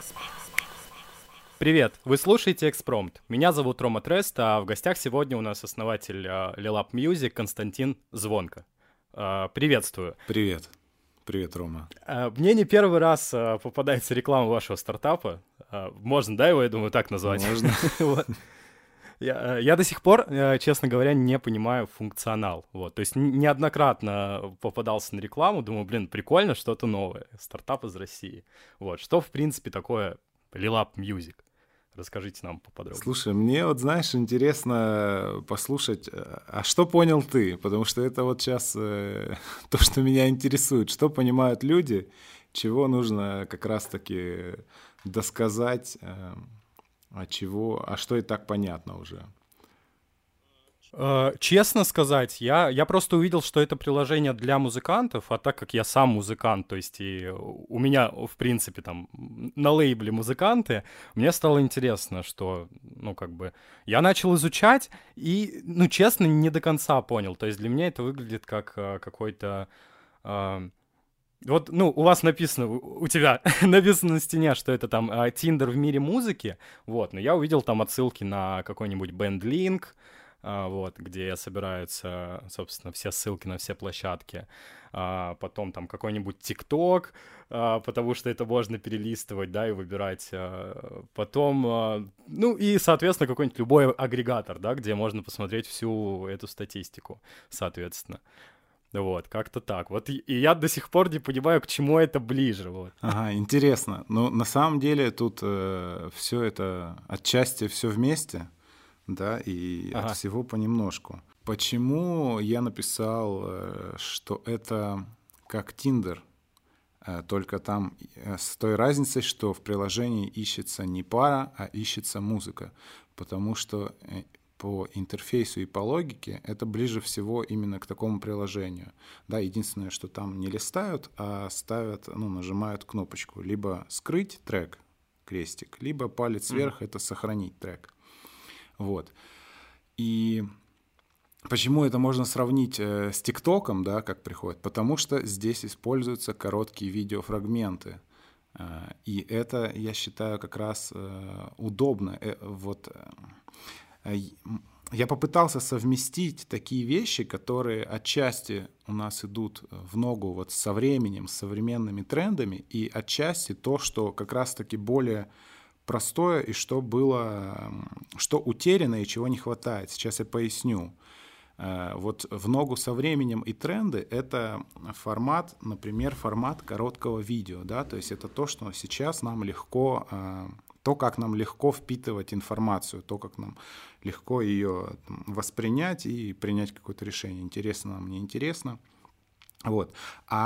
Привет, вы слушаете «Экспромт». Меня зовут Рома Трест, а в гостях сегодня у нас основатель Lilab Music Константин Звонко. Приветствую. Привет. Привет, Рома. Мне не первый раз попадается реклама вашего стартапа. Можно, да, его, я думаю, так назвать? Можно. Я до сих пор, честно говоря, не понимаю функционал. Вот. То есть неоднократно попадался на рекламу, думаю, прикольно, что-то новое. Стартап из России. Вот. Что, в принципе, такое Lilab Music? Расскажите нам поподробнее. Слушай, мне вот, знаешь, интересно послушать, а что понял ты? Потому что это вот сейчас то, что меня интересует. Что понимают люди, чего нужно как раз-таки досказать, а что и так понятно уже. Честно сказать, я просто увидел, что это приложение для музыкантов, а так как я сам музыкант, то есть и у меня, в принципе, там на лейбле музыканты, мне стало интересно, что, я начал изучать и, честно, не до конца понял. То есть для меня это выглядит как какой-то... у вас написано, у тебя написано на стене, что это там Tinder в мире музыки, вот, но я увидел там отсылки на какой-нибудь BandLink, где собираются, собственно, все ссылки на все площадки. Потом там какой-нибудь ТикТок, потому что это можно перелистывать, да, и выбирать. Потом, и, соответственно, какой-нибудь любой агрегатор, да, где можно посмотреть всю эту статистику, соответственно. Вот, как-то так. Вот, и я до сих пор не понимаю, к чему это ближе. Вот. Ага, интересно. Но на самом деле тут все это отчасти все вместе. Да, и от всего понемножку. Почему я написал, что это как Tinder, только там с той разницей, что в приложении ищется не пара, а ищется музыка, потому что по интерфейсу и по логике это ближе всего именно к такому приложению. Да, единственное, что там не листают, а ставят, нажимают кнопочку, либо скрыть трек, крестик, либо палец вверх — это сохранить трек. Вот. И почему это можно сравнить с ТикТоком, да, как приходит? Потому что здесь используются короткие видеофрагменты. И это, я считаю, как раз удобно. Я попытался совместить такие вещи, которые отчасти у нас идут в ногу вот со временем, с современными трендами, и отчасти то, что как раз-таки более простое и что утеряно и чего не хватает. Сейчас я поясню. Вот в ногу со временем и тренды — это формат, например, формат короткого видео, да, то есть это то, что сейчас нам легко, то, как нам легко впитывать информацию, то, как нам легко ее воспринять и принять какое-то решение. Интересно нам, не интересно. Вот.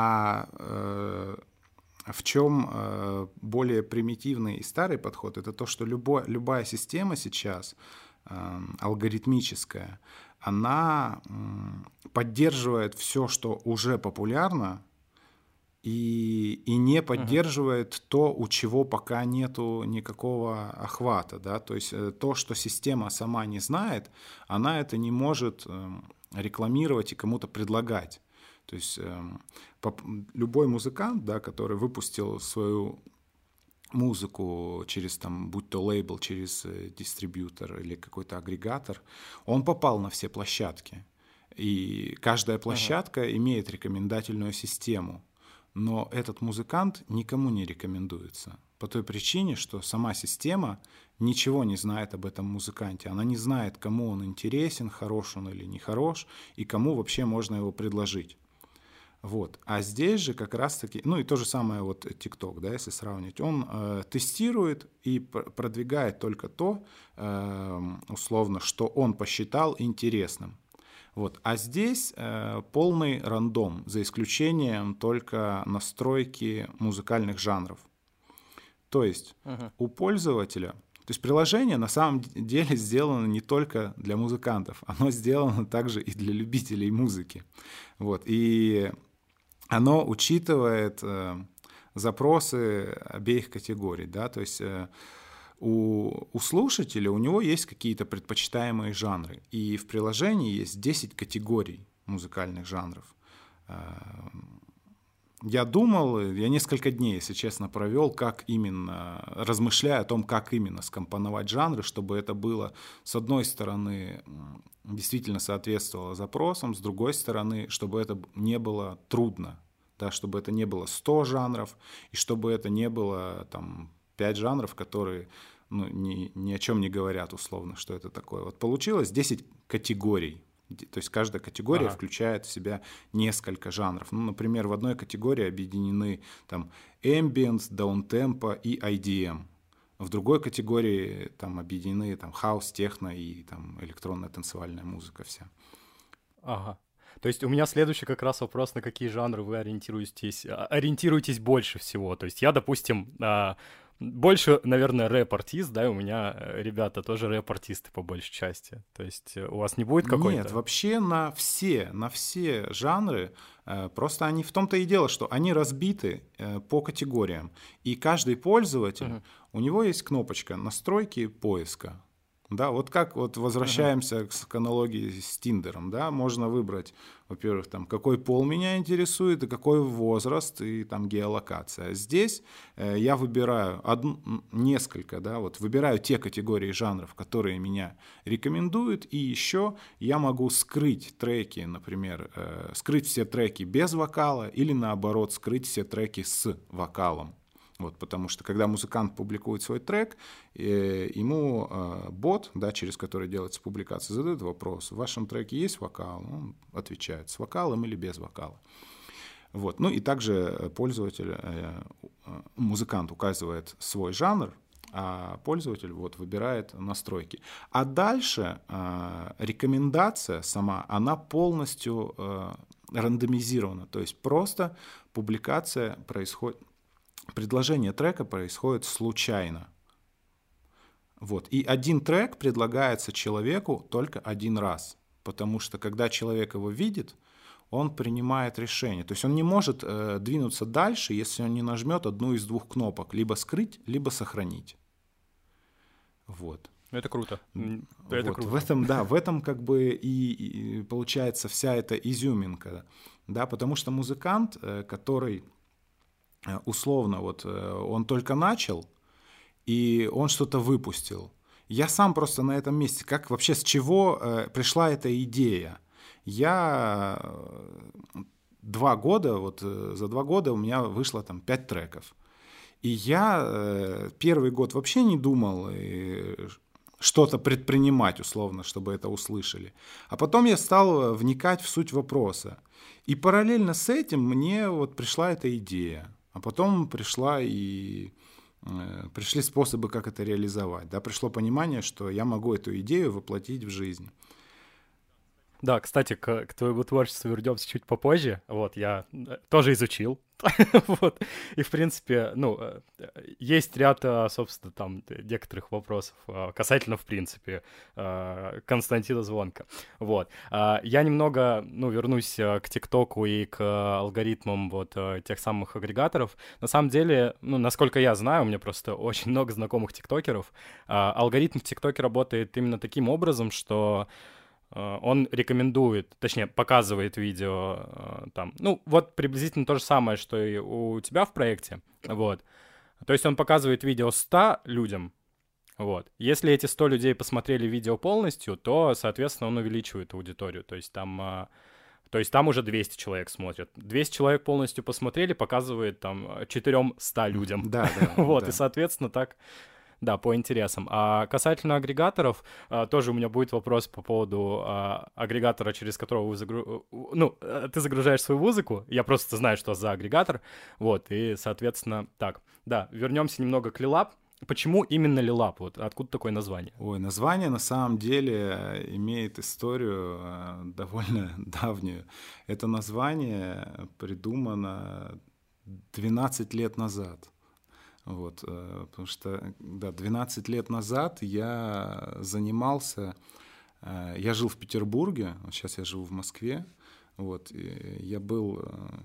В чем более примитивный и старый подход? Это то, что любая система сейчас, алгоритмическая, она поддерживает все, что уже популярно, и не поддерживает то, у чего пока нету никакого охвата. Да? То есть то, что система сама не знает, она это не может рекламировать и кому-то предлагать. То есть любой музыкант, да, который выпустил свою музыку через, будь то лейбл, через дистрибьютор или какой-то агрегатор, он попал на все площадки. И каждая площадка имеет рекомендательную систему. Но этот музыкант никому не рекомендуется. По той причине, что сама система ничего не знает об этом музыканте. Она не знает, кому он интересен, хорош он или не хорош, и кому вообще можно его предложить. Вот. А здесь же как раз-таки, и то же самое вот TikTok, да, если сравнить, он тестирует и продвигает только то, условно, что он посчитал интересным. Вот. А здесь полный рандом, за исключением только настройки музыкальных жанров. То есть у пользователя, то есть приложение на самом деле сделано не только для музыкантов, оно сделано также и для любителей музыки. Вот. И оно учитывает запросы обеих категорий, да, то есть у слушателя, у него есть какие-то предпочитаемые жанры, и в приложении есть 10 категорий музыкальных жанров. я думал, я несколько дней, если честно, провел, как именно, размышляя о том, как именно скомпоновать жанры, чтобы это было, с одной стороны, действительно соответствовало запросам, с другой стороны, чтобы это не было трудно, да, чтобы это не было 100 жанров, и чтобы это не было там 5 жанров, которые ну, ни о чем не говорят условно, что это такое. Вот получилось 10 категорий. То есть каждая категория включает в себя несколько жанров. Ну, например, в одной категории объединены там ambient, даунтемпо и IDM. В другой категории там объединены там хаус, техно и там электронная танцевальная музыка вся. Ага. То есть у меня следующий как раз вопрос, на какие жанры вы ориентируетесь больше всего. То есть я, допустим, больше, наверное, рэп-артист, да, и у меня ребята тоже рэп-артисты по большей части. То есть у вас не будет какой-то... Нет, вообще на все жанры, просто они в том-то и дело, что они разбиты по категориям. И каждый пользователь, у него есть кнопочка настройки поиска. Да, вот как вот возвращаемся к аналогии с Тиндером, да, можно выбрать, во-первых, там, какой пол меня интересует, и какой возраст, и там геолокация. Здесь я выбираю несколько, да, вот выбираю те категории жанров, которые меня рекомендуют, и еще я могу скрыть треки, например, скрыть все треки без вокала, или наоборот, скрыть все треки с вокалом. Вот, потому что когда музыкант публикует свой трек, ему бот, да, через который делается публикация, задает вопрос: в вашем треке есть вокал? Он отвечает: с вокалом или без вокала. Вот. Ну и также пользователь, музыкант указывает свой жанр, а пользователь вот выбирает настройки. А дальше рекомендация сама, она полностью рандомизирована, то есть просто публикация происходит. Предложение трека происходит случайно. Вот. И один трек предлагается человеку только один раз, потому что когда человек его видит, он принимает решение. То есть он не может двинуться дальше, если он не нажмет одну из двух кнопок: либо скрыть, либо сохранить. Вот. Это круто. Это вот. круто. В этом как бы и получается вся эта изюминка. Да, потому что музыкант, который... условно, вот он только начал, и он что-то выпустил. Я сам просто на этом месте, как вообще, с чего пришла эта идея? Я 2 года, вот за 2 года у меня вышло там 5 треков. И я первый год вообще не думал что-то предпринимать, условно, чтобы это услышали. А потом я стал вникать в суть вопроса. И параллельно с этим мне вот пришла эта идея. А потом пришли способы, как это реализовать. Да, пришло понимание, что я могу эту идею воплотить в жизнь. Да, кстати, к твоему творчеству вернемся чуть попозже. Вот, я тоже изучил. Вот. И, в принципе, ну, есть ряд, собственно, там, некоторых вопросов касательно, в принципе, Константина Звонко. Вот. Я немного, ну, вернусь к ТикТоку и к алгоритмам вот тех самых агрегаторов. На самом деле, ну, насколько я знаю, у меня просто очень много знакомых тиктокеров. Алгоритм в ТикТоке работает именно таким образом, что он рекомендует, точнее, показывает видео там, ну, вот приблизительно то же самое, что и у тебя в проекте, вот. То есть он показывает видео 100 людям, вот. Если эти 100 людей посмотрели видео полностью, то, соответственно, он увеличивает аудиторию, то есть там уже 200 человек смотрят. 200 человек полностью посмотрели, показывает там 400 людям. Да. Вот, и, соответственно, так... Да, по интересам. А касательно агрегаторов, тоже у меня будет вопрос по поводу агрегатора, через которого ты загружаешь свою музыку. Я просто знаю, что за агрегатор. Вот, и, соответственно, так. Да, вернемся немного к Lilab. Почему именно Lilab? Вот откуда такое название? Ой, название на самом деле имеет историю довольно давнюю. Это название придумано 12 лет назад. Вот, потому что, да, 12 лет назад я жил в Петербурге, сейчас я живу в Москве, вот, я был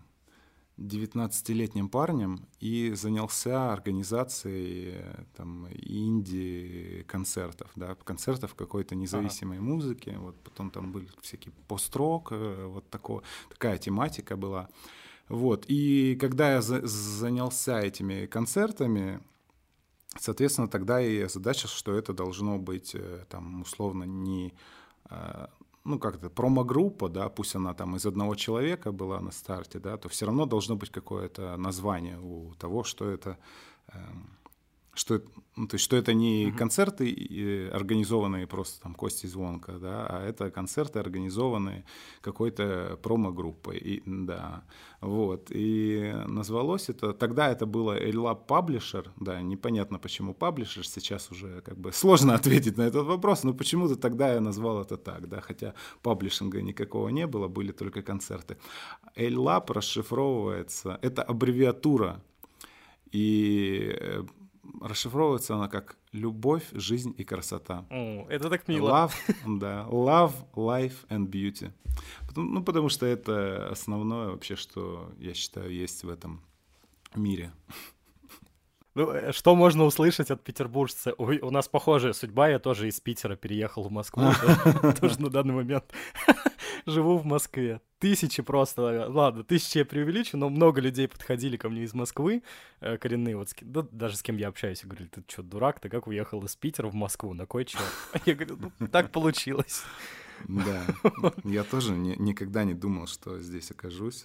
19-летним парнем и занялся организацией там инди-концертов, да, концертов какой-то независимой музыки, вот, потом там были всякие пост-рок, вот такая тематика была. Вот. И когда я занялся этими концертами, соответственно, тогда и озадачился, что это должно быть там условно не ну, как-то промо-группа, да, пусть она там из одного человека была на старте, да, то все равно должно быть какое-то название у того, что это, ну, то есть, что это не концерты, организованные просто там Костей Звонко, да, а это концерты, организованные какой-то промо-группой, и, да, вот, и назвалось это, тогда это было A-Lab Publisher, да, непонятно почему Publisher, сейчас уже как бы сложно ответить на этот вопрос, но почему-то тогда я назвал это так, да, хотя паблишинга никакого не было, были только концерты. A-Lab расшифровывается, это аббревиатура, и расшифровывается она как «любовь, жизнь и красота». О, это так мило. Love, да, love, life and beauty. Потому что это основное вообще, что, я считаю, есть в этом мире. Ну, что можно услышать от петербуржца? Ой, у нас похожая судьба, я тоже из Питера переехал в Москву, тоже на данный момент живу в Москве. Тысячи просто, ладно, тысячи я преувеличу, но много людей подходили ко мне из Москвы, коренные, вот, да, даже с кем я общаюсь, я говорю, ты что, дурак, ты как уехал из Питера в Москву, на кой черт? Я говорю, ну, так получилось. Да, я тоже никогда не думал, что здесь окажусь.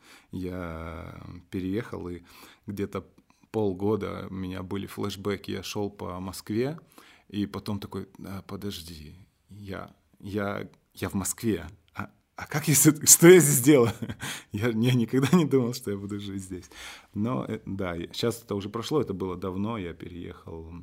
Я переехал, и где-то полгода у меня были флешбеки, я шел по Москве, и потом такой, подожди, я в Москве, а как что я здесь делаю? Я никогда не думал, что я буду жить здесь. Но да, сейчас это уже прошло, это было давно, я переехал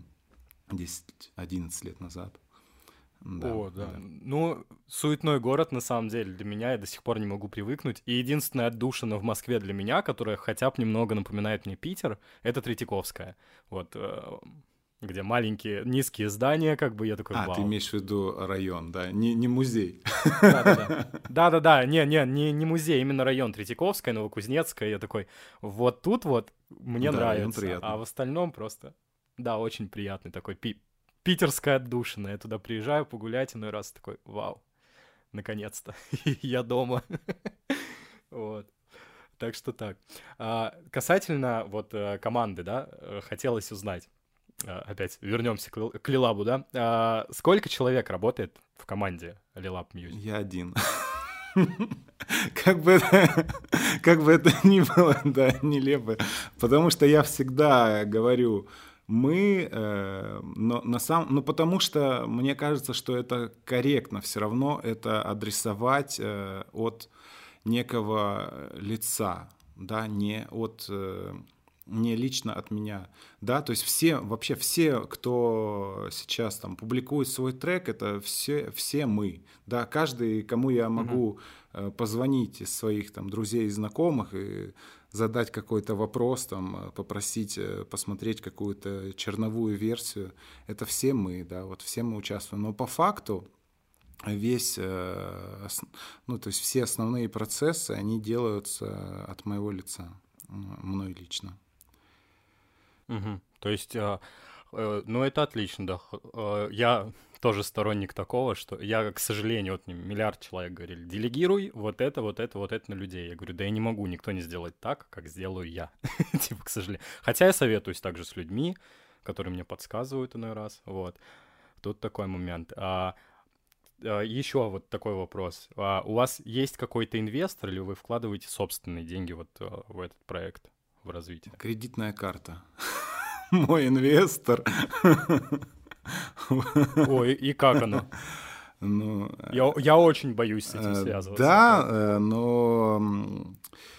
10-11 лет назад. Да, о, да. Ну, суетной город, на самом деле, для меня, я до сих пор не могу привыкнуть. И единственная отдушина в Москве для меня, которая хотя бы немного напоминает мне Питер, это Третьяковская. Вот, где маленькие, низкие здания, как бы я такой, вау. Ты имеешь в виду район, да, не музей. Да-да-да, не музей, именно район Третьяковская, Новокузнецкая. Я такой, вот тут вот мне нравится, а в остальном просто, да, очень приятный такой питерская отдушина. Я туда приезжаю погулять, иной раз такой, вау, наконец-то, я дома. Вот. Так что так. Касательно вот команды, да, хотелось узнать. Опять вернемся к Лилабу, да. Сколько человек работает в команде Лилаб Music? Я один. Как бы это ни было, да, нелепо. Потому что я всегда говорю, потому что мне кажется, что это корректно все равно это адресовать от некого лица, да, не лично от меня, да, то есть вообще все, кто сейчас там публикует свой трек, это все мы, да, каждый, кому я могу позвонить из своих там друзей и знакомых и задать какой-то вопрос, там, попросить посмотреть какую-то черновую версию, это все мы, да, вот все мы участвуем, но по факту то есть все основные процессы, они делаются от моего лица, мной лично. Угу. То есть, ну, это отлично, да. Я тоже сторонник такого, что я, к сожалению, вот мне миллиард человек говорили, делегируй вот это на людей. Я говорю, да я не могу, никто не сделает так, как сделаю я. Типа, к сожалению. Хотя я советуюсь также с людьми, которые мне подсказывают иной раз. Вот. Тут такой момент. Еще вот такой вопрос. У вас есть какой-то инвестор или вы вкладываете собственные деньги вот в этот проект, в развитие? Кредитная карта. Мой инвестор. Ой, и как оно? Ну, я очень боюсь с этим связываться. Да, но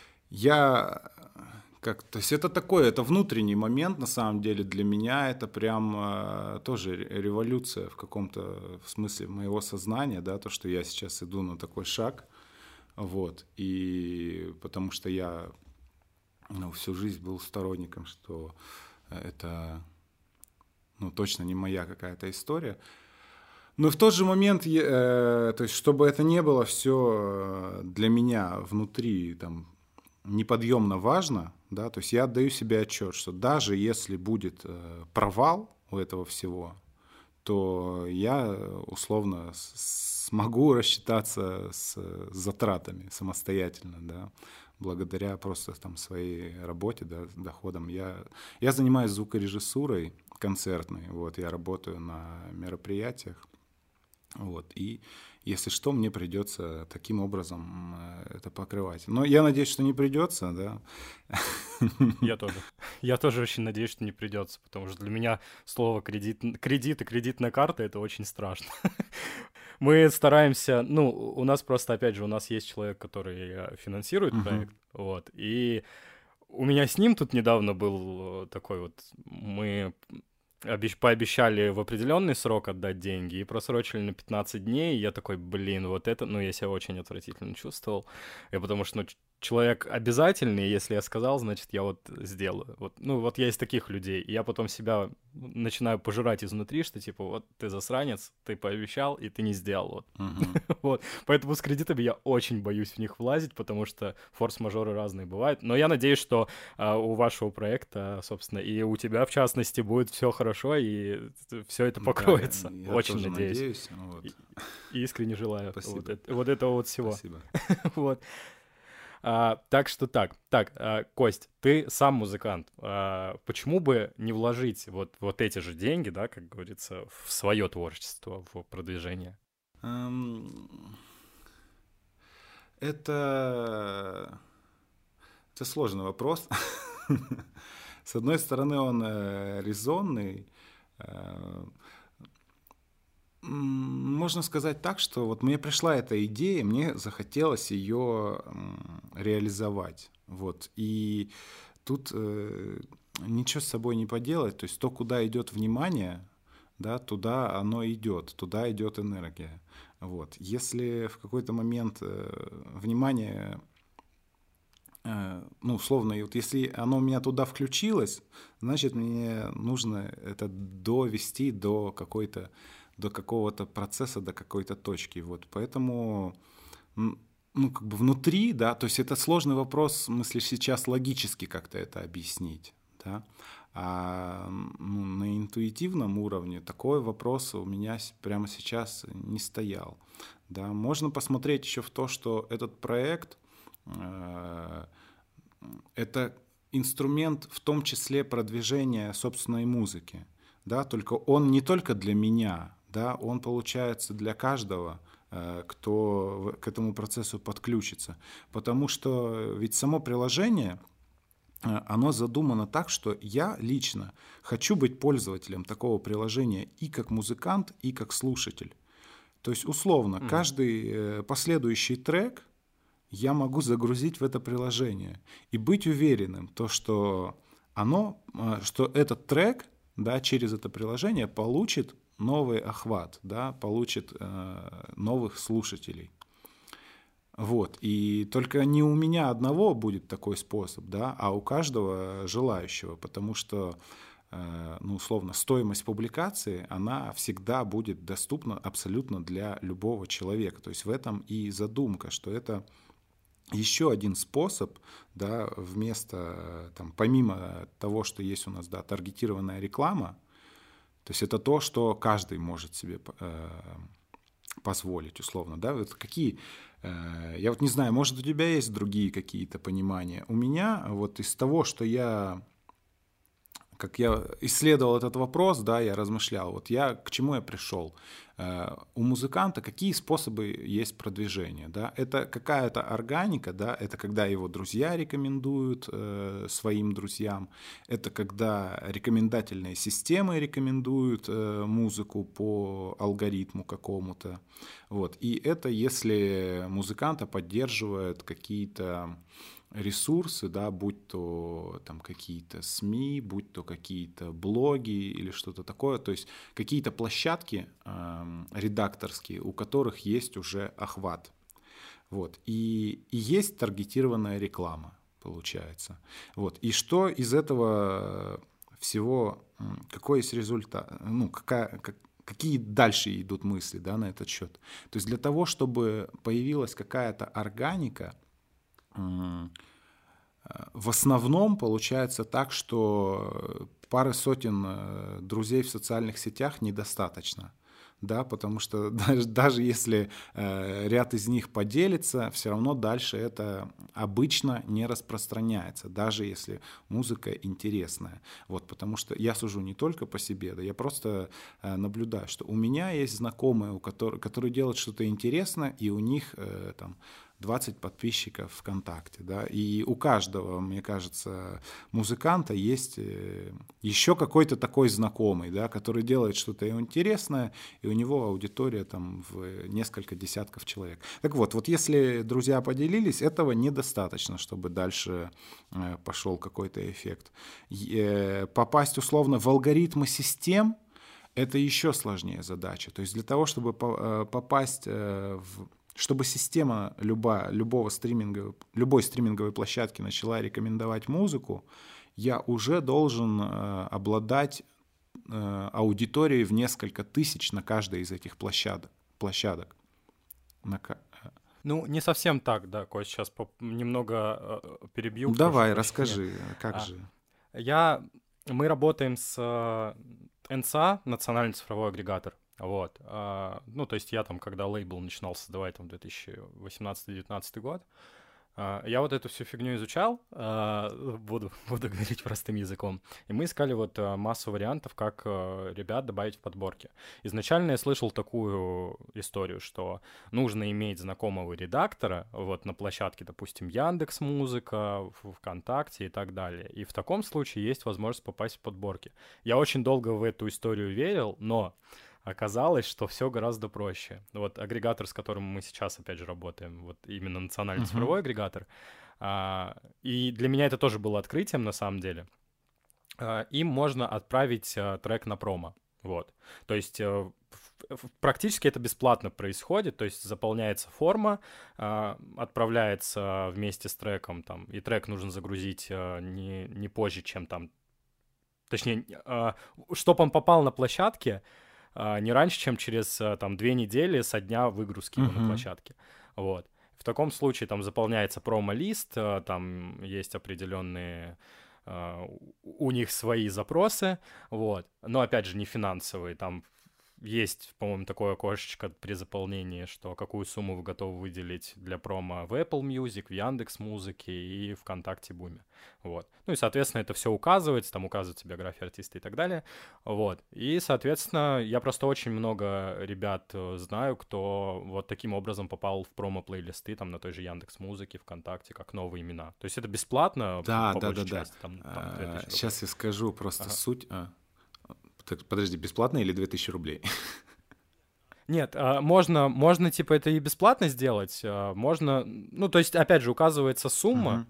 то есть это внутренний момент, на самом деле, для меня это прям тоже революция в каком-то смысле моего сознания, да, то, что я сейчас иду на такой шаг, вот, и потому что я всю жизнь был сторонником, что это, точно не моя какая-то история. Но в тот же момент, то есть, чтобы это не было все для меня внутри там неподъемно важно, да, то есть я отдаю себе отчет, что даже если будет провал у этого всего, то я условно смогу рассчитаться с затратами самостоятельно, да, благодаря просто там своей работе, да, доходам. Я занимаюсь звукорежиссурой концертной, вот, я работаю на мероприятиях, вот, и если что, мне придется таким образом это покрывать. Но я надеюсь, что не придется, да. Я тоже. Я тоже очень надеюсь, что не придется, потому что для меня слово кредит и кредитная карта — это очень страшно. Мы стараемся, ну, у нас просто, опять же, у нас есть человек, который финансирует Мгм. проект, вот, и у меня с ним тут недавно был такой вот, мы пообещали в определенный срок отдать деньги и просрочили на 15 дней, и я такой, блин, вот это, ну, я себя очень отвратительно чувствовал, потому что, ну, человек обязательный, если я сказал, значит, я вот сделаю. Вот, ну, вот я из таких людей, и я потом себя начинаю пожирать изнутри, что, типа, вот ты засранец, ты пообещал, и ты не сделал, вот. Мгм. Вот, поэтому с кредитами я очень боюсь в них влазить, потому что форс-мажоры разные бывают. Но я надеюсь, что у вашего проекта, собственно, и у тебя, в частности, будет все хорошо, и все это Да, покроется. я Очень тоже надеюсь. надеюсь. Вот. И, и искренне желаю Спасибо. вот этого вот всего. Спасибо. Вот. Так что так. Так, Кость, ты сам музыкант. Почему бы не вложить вот эти же деньги, да, как говорится, в свое творчество, в продвижение? Эм, Это, это сложный вопрос. С одной стороны, он резонный. Э, Можно сказать так, что вот мне пришла эта идея, мне захотелось ее реализовать. Вот. И тут ничего с собой не поделать. То есть то, куда идет внимание, да, туда оно идет, туда идет энергия. Вот. Если в какой-то момент внимание, ну, условно, и вот если оно у меня туда включилось, значит, мне нужно это довести до какого-то процесса, до какой-то точки. Вот. Поэтому, ну, как бы внутри, да, то есть это сложный вопрос, в смысле, сейчас логически как-то это объяснить, да. А ну, на интуитивном уровне такой вопрос у меня прямо сейчас не стоял. Да. Можно посмотреть еще в то, что этот проект это инструмент в том числе продвижения собственной музыки. Да, только он не только для меня, да, он получается для каждого, кто к этому процессу подключится. Потому что ведь само приложение, оно задумано так, что я лично хочу быть пользователем такого приложения и как музыкант, и как слушатель. То есть, условно, Мгм. каждый последующий трек я могу загрузить в это приложение и быть уверенным, что этот трек, да, через это приложение получит новый охват, да, получит новых слушателей. Вот. И только не у меня одного будет такой способ, да, а у каждого желающего, потому что, ну, условно, стоимость публикации, она всегда будет доступна абсолютно для любого человека. То есть в этом и задумка, что это еще один способ, да, вместо, там, помимо того, что есть у нас, да, таргетированная реклама, то есть это то, что каждый может себе позволить, условно, да, вот какие, я вот не знаю, может, у тебя есть другие какие-то понимания. У меня вот из того, что как я исследовал этот вопрос, да, я размышлял, вот к чему я пришел. У музыканта какие способы есть продвижения, да? Это какая-то органика, да, это когда его друзья рекомендуют своим друзьям, это когда рекомендательные системы рекомендуют музыку по алгоритму какому-то, вот. И это если музыканта поддерживают какие-то ресурсы, да, будь то там какие-то СМИ, будь то какие-то блоги или что-то такое, то есть какие-то площадки редакторские, у которых есть уже охват. Вот. И есть таргетированная реклама, получается. Вот. И что из этого всего, какой есть результат, ну, какие дальше идут мысли, да, на этот счет. То есть для того, чтобы появилась какая-то органика, в основном получается так, что пары сотен друзей в социальных сетях недостаточно. Да, потому что даже если ряд из них поделится, все равно дальше это обычно не распространяется, даже если музыка интересная. Вот, потому что я сужу не только по себе, да, я просто наблюдаю, что у меня есть знакомые, которые делают что-то интересное, и у них там 20 подписчиков ВКонтакте, да, и у каждого, мне кажется, музыканта есть еще какой-то такой знакомый, да, который делает что-то интересное, и у него аудитория там в несколько десятков человек. Так вот если друзья поделились, этого недостаточно, чтобы дальше пошел какой-то эффект. Попасть условно в алгоритмы систем — это еще сложнее задача. То есть для того, чтобы попасть чтобы система любой стриминговой площадки начала рекомендовать музыку, я уже должен обладать аудиторией в несколько тысяч на каждой из этих площадок. Ну, не совсем так, да, Кость, сейчас немного перебью. Давай, расскажи, как же. Мы работаем с НЦА, Национальный цифровой агрегатор. Вот. Ну, то есть я там, когда лейбл начинал создавать, там, 2018-2019 год, я вот эту всю фигню изучал, буду говорить простым языком, и мы искали вот массу вариантов, как ребят добавить в подборки. Изначально я слышал такую историю, что нужно иметь знакомого редактора вот на площадке, допустим, Яндекс.Музыка, ВКонтакте и так далее. И в таком случае есть возможность попасть в подборки. Я очень долго в эту историю верил, но оказалось, что все гораздо проще. Вот агрегатор, с которым мы сейчас, опять же, работаем, вот именно национальный цифровой агрегатор, и для меня это тоже было открытием, на самом деле. Им можно отправить трек на промо. Вот. То есть практически это бесплатно происходит, то есть заполняется форма, отправляется вместе с треком, там, и трек нужно загрузить не позже, чем там... Точнее, чтобы он попал на площадке, не раньше, чем через там 2 недели со дня выгрузки его на площадке. Вот. В таком случае там заполняется промо-лист, там есть определенные у них свои запросы, вот. Но опять же не финансовые, там есть, по-моему, такое окошечко при заполнении, что какую сумму вы готовы выделить для промо в Apple Music, в Яндекс.Музыке и ВКонтакте Буме. Вот. Ну и, соответственно, это все указывается, там указывается биография артиста и так далее. Вот. И, соответственно, я просто очень много ребят знаю, кто вот таким образом попал в промо-плейлисты там на той же Яндекс.Музыке, ВКонтакте, как новые имена. То есть это бесплатно, Да. части, там 2000 Сейчас я скажу просто суть. Так, подожди, бесплатно или 2000 рублей? Нет, можно, типа, это и бесплатно сделать, можно, ну, то есть, опять же, указывается сумма,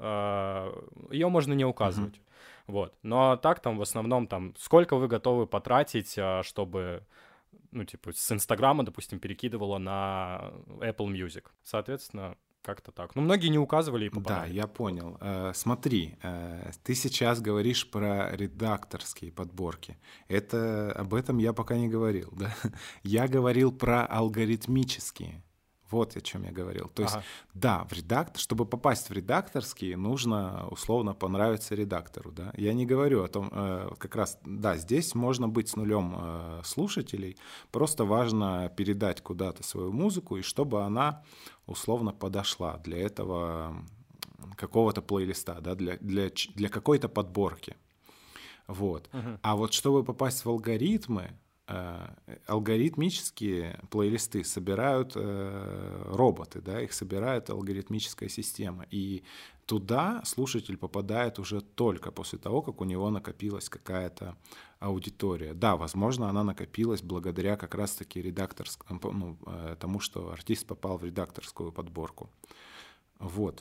ее можно не указывать, вот, но так там в основном там, сколько вы готовы потратить, чтобы, ну, типа, с Инстаграма, допустим, перекидывало на Apple Music, соответственно, как-то так. Ну, многие не указывали и попадали. Да, я понял. Смотри, ты сейчас говоришь про редакторские подборки. Об этом я пока не говорил, да? Я говорил про алгоритмические. Вот о чем я говорил. То есть, да, чтобы попасть в редакторские, нужно условно понравиться редактору, да. Я не говорю о том, как раз, да, здесь можно быть с нулем слушателей, просто важно передать куда-то свою музыку, и чтобы она условно подошла для этого какого-то плейлиста, да, для какой-то подборки. Вот. А вот чтобы попасть в алгоритмы, алгоритмические плейлисты собирают роботы, да, их собирает алгоритмическая система. И туда слушатель попадает уже только после того, как у него накопилась какая-то аудитория. Да, возможно, она накопилась благодаря как раз-таки тому, что артист попал в редакторскую подборку. Вот.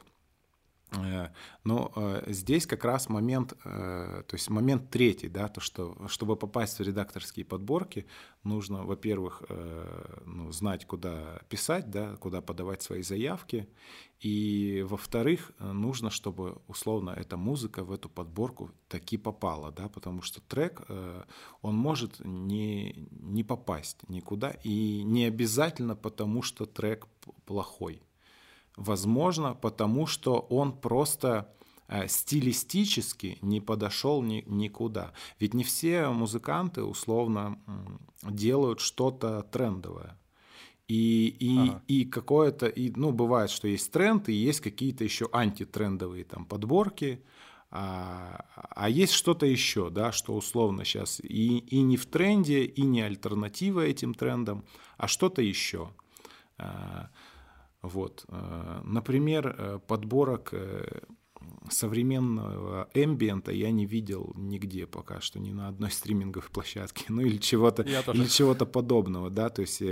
Но здесь как раз момент, то есть момент третий, да, то, что чтобы попасть в редакторские подборки, нужно, во-первых, знать, куда писать, да, куда подавать свои заявки, и, во-вторых, нужно, чтобы, условно, эта музыка в эту подборку таки попала, да, потому что трек, он может не попасть никуда, и не обязательно потому, что трек плохой. Возможно, потому что он просто стилистически не подошел никуда. Ведь не все музыканты условно делают что-то трендовое. Ага. И какое-то, ну, бывает, что есть тренд, и есть какие-то еще антитрендовые там подборки, а есть что-то еще, да, что условно сейчас и не в тренде, и не альтернатива этим трендам, а что-то еще. Вот. Например, подборок современного эмбиента я не видел нигде пока что, ни на одной стриминговой площадке, ну Я тоже. или чего-то подобного, да, то есть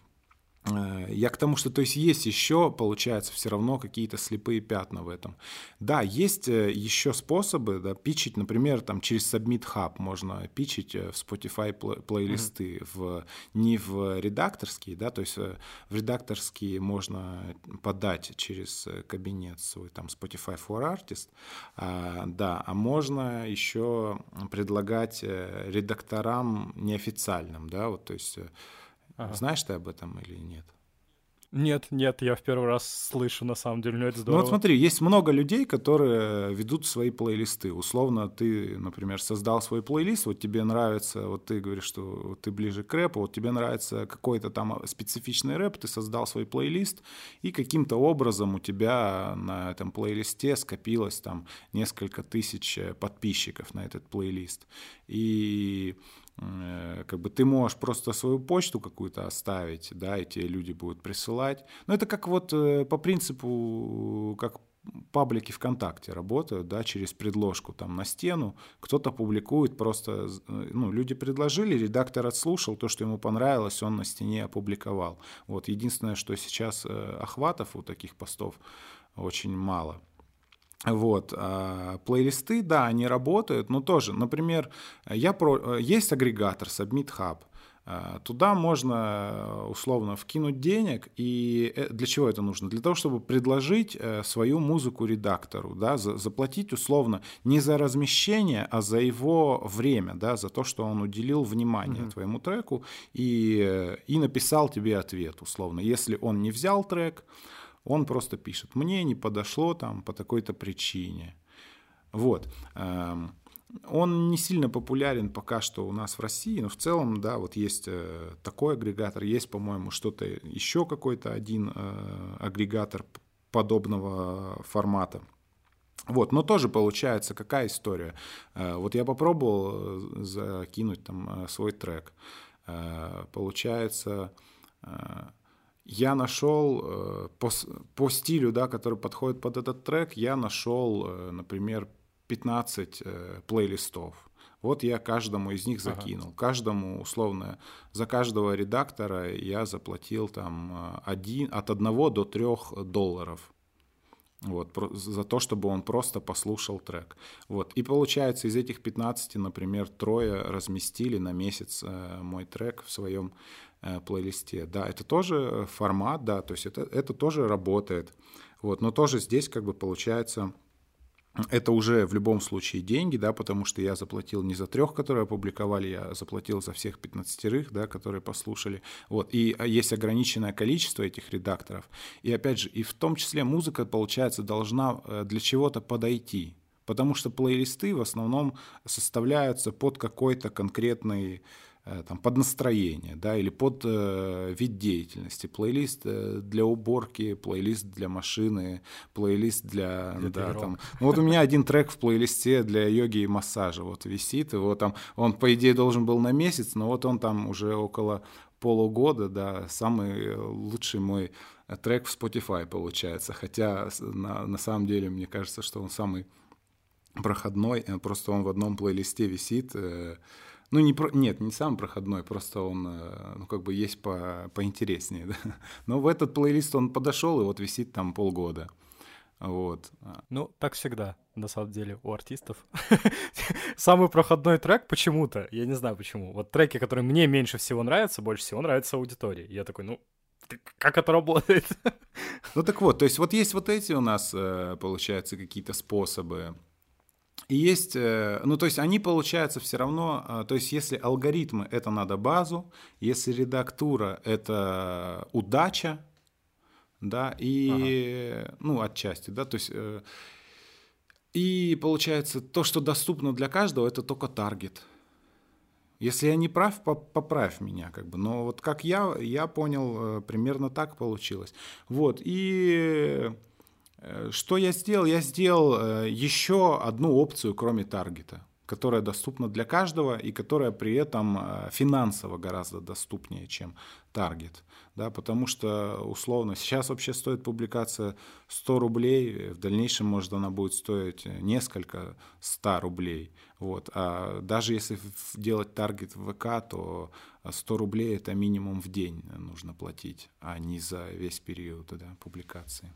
я к тому, что то есть есть еще, получается, все равно какие-то слепые пятна в этом. Да, есть еще способы, да, питчить, например, там через Submit Hub можно питчить в Spotify Мгм. плейлисты, не в редакторские, да, то есть в редакторские можно подать через кабинет свой, там, Spotify for Artists, да, а можно еще предлагать редакторам неофициальным, да, вот, то есть Ага. знаешь ты об этом или нет? Нет, нет, я в первый раз слышу, на самом деле, но это Ну вот здорово. смотри, есть много людей, которые ведут свои плейлисты. Условно, ты, например, создал свой плейлист, вот тебе нравится, вот ты говоришь, что вот ты ближе к рэпу, вот тебе нравится какой-то там специфичный рэп, ты создал свой плейлист, и каким-то образом у тебя на этом плейлисте скопилось там несколько тысяч подписчиков на этот плейлист. И как бы ты можешь просто свою почту какую-то оставить, да, и тебе люди будут присылать. Но это как вот по принципу, как паблики ВКонтакте работают, да, через предложку там на стену, кто-то публикует просто, ну, люди предложили, редактор отслушал, то, что ему понравилось, он на стене опубликовал. Вот, единственное, что сейчас охватов у таких постов очень мало. Вот. Плейлисты, да, они работают, но тоже, например, есть агрегатор Submit Hub. Туда можно условно вкинуть денег, и для чего это нужно? Для того, чтобы предложить свою музыку редактору, да, заплатить условно не за размещение, а за его время, да, за то, что он уделил внимание Мгм. твоему треку и написал тебе ответ условно. Если он не взял трек, он просто пишет: мне не подошло там по такой-то причине. Вот. Он не сильно популярен пока что у нас в России, но в целом, да, вот есть такой агрегатор, есть, по-моему, что-то еще какой-то один агрегатор подобного формата. Вот, но тоже получается, какая история. Вот я попробовал закинуть там свой трек. Получается, я нашел по стилю, да, который подходит под этот трек, я нашел, например, 15 плейлистов. Вот я каждому из них Ага. закинул. Каждому, условно, за каждого редактора я заплатил там от 1 до 3 долларов. Вот, за то, чтобы он просто послушал трек. Вот. И получается, из этих 15, например, трое разместили на месяц мой трек в своем плейлисте. Да, это тоже формат, да, то есть это тоже работает. Вот. Но тоже здесь как бы получается это уже в любом случае деньги, да, потому что я заплатил не за 3, которые опубликовали, я заплатил за всех 15, да, которые послушали. Вот. И есть ограниченное количество этих редакторов. И опять же, и в том числе музыка, получается, должна для чего-то подойти. Потому что плейлисты в основном составляются под какой-то конкретный там, под настроение, да, или под вид деятельности. Плейлист для уборки, плейлист для машины, плейлист для, Для да, там. тренировок. Ну вот у меня один трек в плейлисте для йоги и массажа вот висит, его там, он по идее должен был на месяц, но вот он там уже около полугода, да, самый лучший мой трек в Spotify получается, хотя на самом деле мне кажется, что он самый проходной, просто он в одном плейлисте висит. Ну, нет, не самый проходной, просто он, ну, как бы есть поинтереснее, да. Но в этот плейлист он подошел, и вот висит там полгода. Вот. Ну, так всегда, на самом деле, у артистов. Самый проходной трек почему-то, я не знаю почему. Вот треки, которые мне меньше всего нравятся, больше всего нравятся аудитории. Я такой, ну, как это работает? Ну, так вот, то есть вот есть вот эти у нас, получается, какие-то способы. И есть, ну, то есть они, получается, все равно, то есть если алгоритмы — это надо базу, если редактура — это удача, да, Ага. и, ну, отчасти, да, то есть И получается, то, что доступно для каждого, это только таргет. Если я не прав, поправь меня, как бы. Но вот как я понял, примерно так получилось. Вот, и что я сделал? Я сделал еще одну опцию, кроме таргета, которая доступна для каждого и которая при этом финансово гораздо доступнее, чем таргет. Да, потому что, условно, сейчас вообще стоит публикация 100 рублей, в дальнейшем, может, она будет стоить несколько 100 рублей. Вот. А даже если делать таргет в ВК, то 100 рублей — это минимум в день нужно платить, а не за весь период, да, публикации.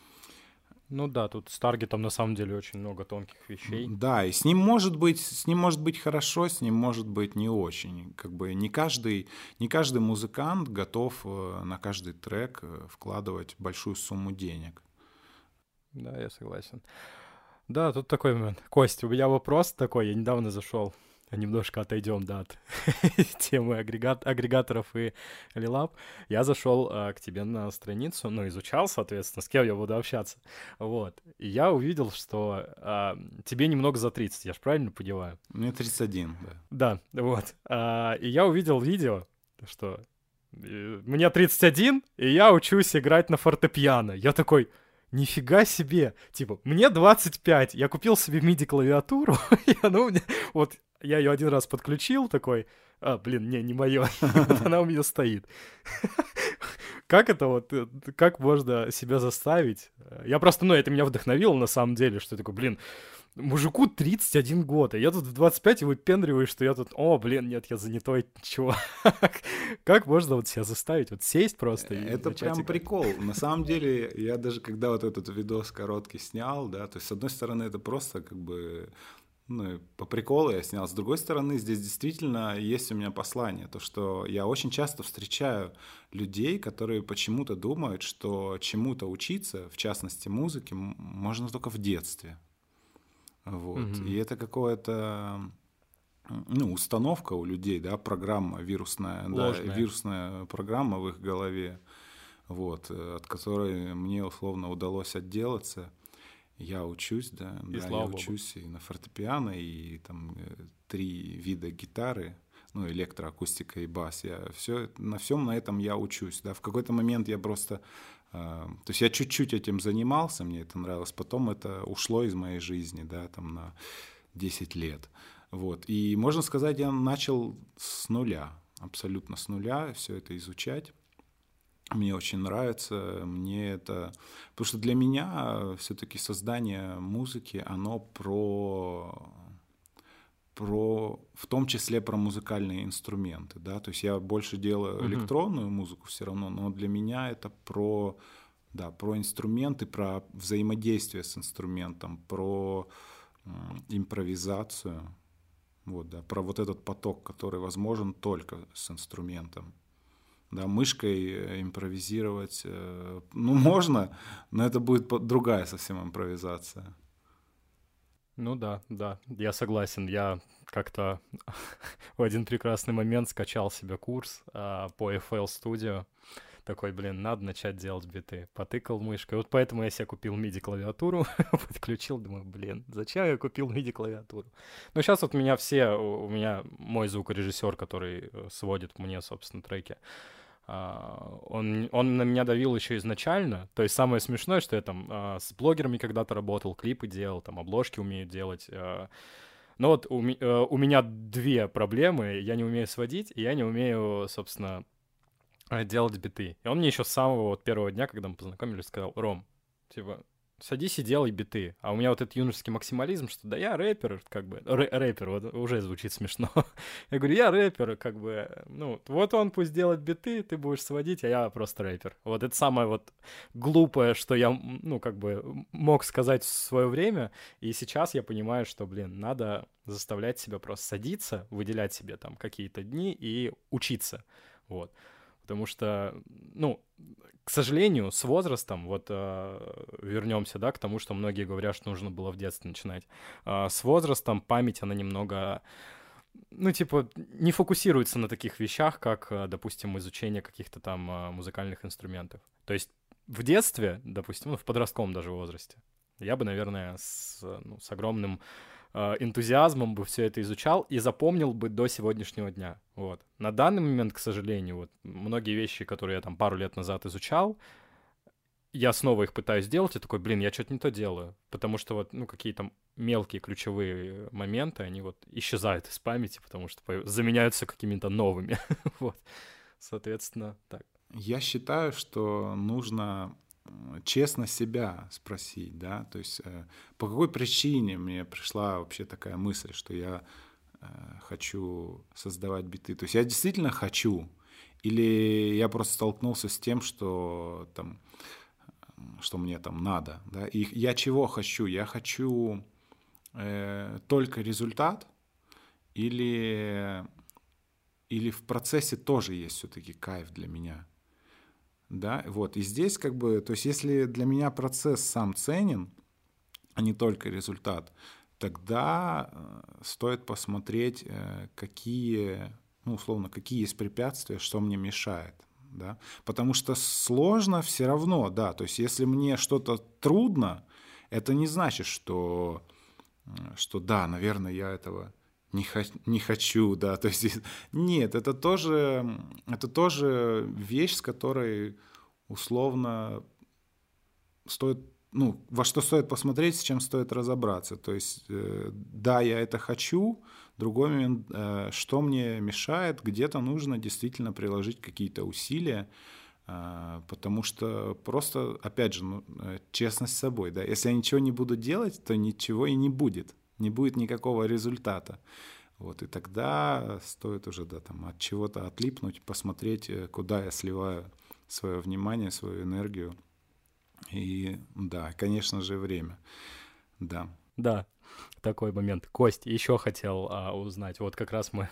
Ну да, тут с таргетом на самом деле очень много тонких вещей. Да, и с ним может быть хорошо, с ним может быть не очень. Как бы не каждый музыкант готов на каждый трек вкладывать большую сумму денег. Да, я согласен. Да, тут такой момент. Кость, у меня вопрос такой. Я недавно зашел. Немножко отойдем, да, от темы агрегаторов и Лилаб. Я зашел к тебе на страницу, ну, изучал, соответственно, с кем я буду общаться. Вот. И я увидел, что тебе немного за 30, я же правильно понимаю? Мне 31, да. Да, вот. И я увидел видео, что мне 31, и я учусь играть на фортепиано. Я такой, нифига себе! Типа, мне 25, я купил себе MIDI-клавиатуру, и она у меня... Вот, я ее один раз подключил, такой, не мое. Вот она у меня стоит. Как это вот, как можно себя заставить? Я просто, это меня вдохновило на самом деле, что я такой, мужику 31 год, а я тут в 25 и выпендриваюсь, что я тут, нет, я занятой чувак. Как можно вот себя заставить, вот сесть просто и Это начать прям играть? прикол. На самом деле, я даже когда вот этот видос короткий снял, да, то есть с одной стороны это просто как бы, по приколу я снял, с другой стороны здесь действительно есть у меня послание, то что я очень часто встречаю людей, которые почему-то думают, что чему-то учиться, в частности музыке, можно только в детстве. Вот. И это какое-то, установка у людей, да, программа вирусная, да, Ложная. вирусная программа в их голове, вот, от которой мне условно удалось отделаться. Я учусь, да, я слава богу. учусь и на фортепиано, и там 3 вида гитары, электроакустика и бас. На всем на этом я учусь, да. В какой-то момент я просто, то есть я чуть-чуть этим занимался, мне это нравилось, потом это ушло из моей жизни, да, там на 10 лет. Вот. И можно сказать, я начал с нуля, абсолютно с нуля все это изучать. Мне очень нравится, потому что для меня все-таки создание музыки, оно в том числе про музыкальные инструменты, да, то есть я больше делаю электронную музыку все равно, но для меня это про инструменты, про взаимодействие с инструментом, про импровизацию, вот, да, про вот этот поток, который возможен только с инструментом. Да, мышкой импровизировать, можно, но это будет другая совсем импровизация. Ну да, я согласен. Я как-то в один прекрасный момент скачал себе курс по FL Studio. Такой, надо начать делать биты. Потыкал мышкой. Вот поэтому я себе купил MIDI-клавиатуру, подключил, думаю, зачем я купил MIDI-клавиатуру? Ну, сейчас вот у меня мой звукорежиссер, который сводит мне, собственно, треки, он на меня давил еще изначально. То есть самое смешное, что я там с блогерами когда-то работал, клипы делал, там обложки умею делать. Но вот у меня 2 проблемы. Я не умею сводить, и я не умею, собственно, делать биты. И он мне еще с самого первого дня, когда мы познакомились, сказал: Ром, типа, садись и делай биты. А у меня вот этот юношеский максимализм, что да я рэпер, как бы, рэпер, вот уже звучит смешно. Я говорю, я рэпер, как бы, вот он пусть делает биты, ты будешь сводить, а я просто рэпер. Вот это самое вот глупое, что я, мог сказать в свое время, и сейчас я понимаю, что, надо заставлять себя просто садиться, выделять себе там какие-то дни и учиться, вот. Потому что, к сожалению, с возрастом, вернемся, да, к тому, что многие говорят, что нужно было в детстве начинать. С возрастом память, она немного, не фокусируется на таких вещах, как, допустим, изучение каких-то там музыкальных инструментов. То есть в детстве, допустим, в подростковом даже возрасте, Я бы, наверное, с огромным энтузиазмом бы все это изучал и запомнил бы до сегодняшнего дня. Вот. На данный момент, к сожалению, вот многие вещи, которые я там пару лет назад изучал, я снова их пытаюсь сделать, и такой, блин, я что-то не то делаю. Потому что вот, ну, какие там мелкие ключевые моменты, они вот исчезают из памяти, потому что заменяются какими-то новыми. Вот. Соответственно, так. Я считаю, что нужно честно себя спросить, да, то есть по какой причине мне пришла вообще такая мысль, что я хочу создавать биты. То есть я действительно хочу, или я просто столкнулся с тем, что там, что мне там надо, да, и я чего хочу? Я хочу только результат, или в процессе тоже есть все-таки кайф для меня. Да, вот, и здесь как бы, то есть если для меня процесс сам ценен, а не только результат, тогда стоит посмотреть, какие, ну, условно, какие есть препятствия, что мне мешает, да, потому что сложно все равно, да, то есть если мне что-то трудно, это не значит, что да, наверное, я этого не хочу, да, то есть нет, это тоже вещь, с которой условно стоит, ну, во что стоит посмотреть, с чем стоит разобраться, то есть да, я это хочу, другой момент, что мне мешает, где-то нужно действительно приложить какие-то усилия, потому что просто, опять же, ну, честность с собой, да, если я ничего не буду делать, то ничего и не будет никакого результата. Вот, и тогда стоит уже, да, там, от чего-то отлипнуть, посмотреть, куда я сливаю свое внимание, свою энергию. И, да, конечно же, время. Да. Да, такой момент. Кость, еще хотел узнать. Вот как раз мы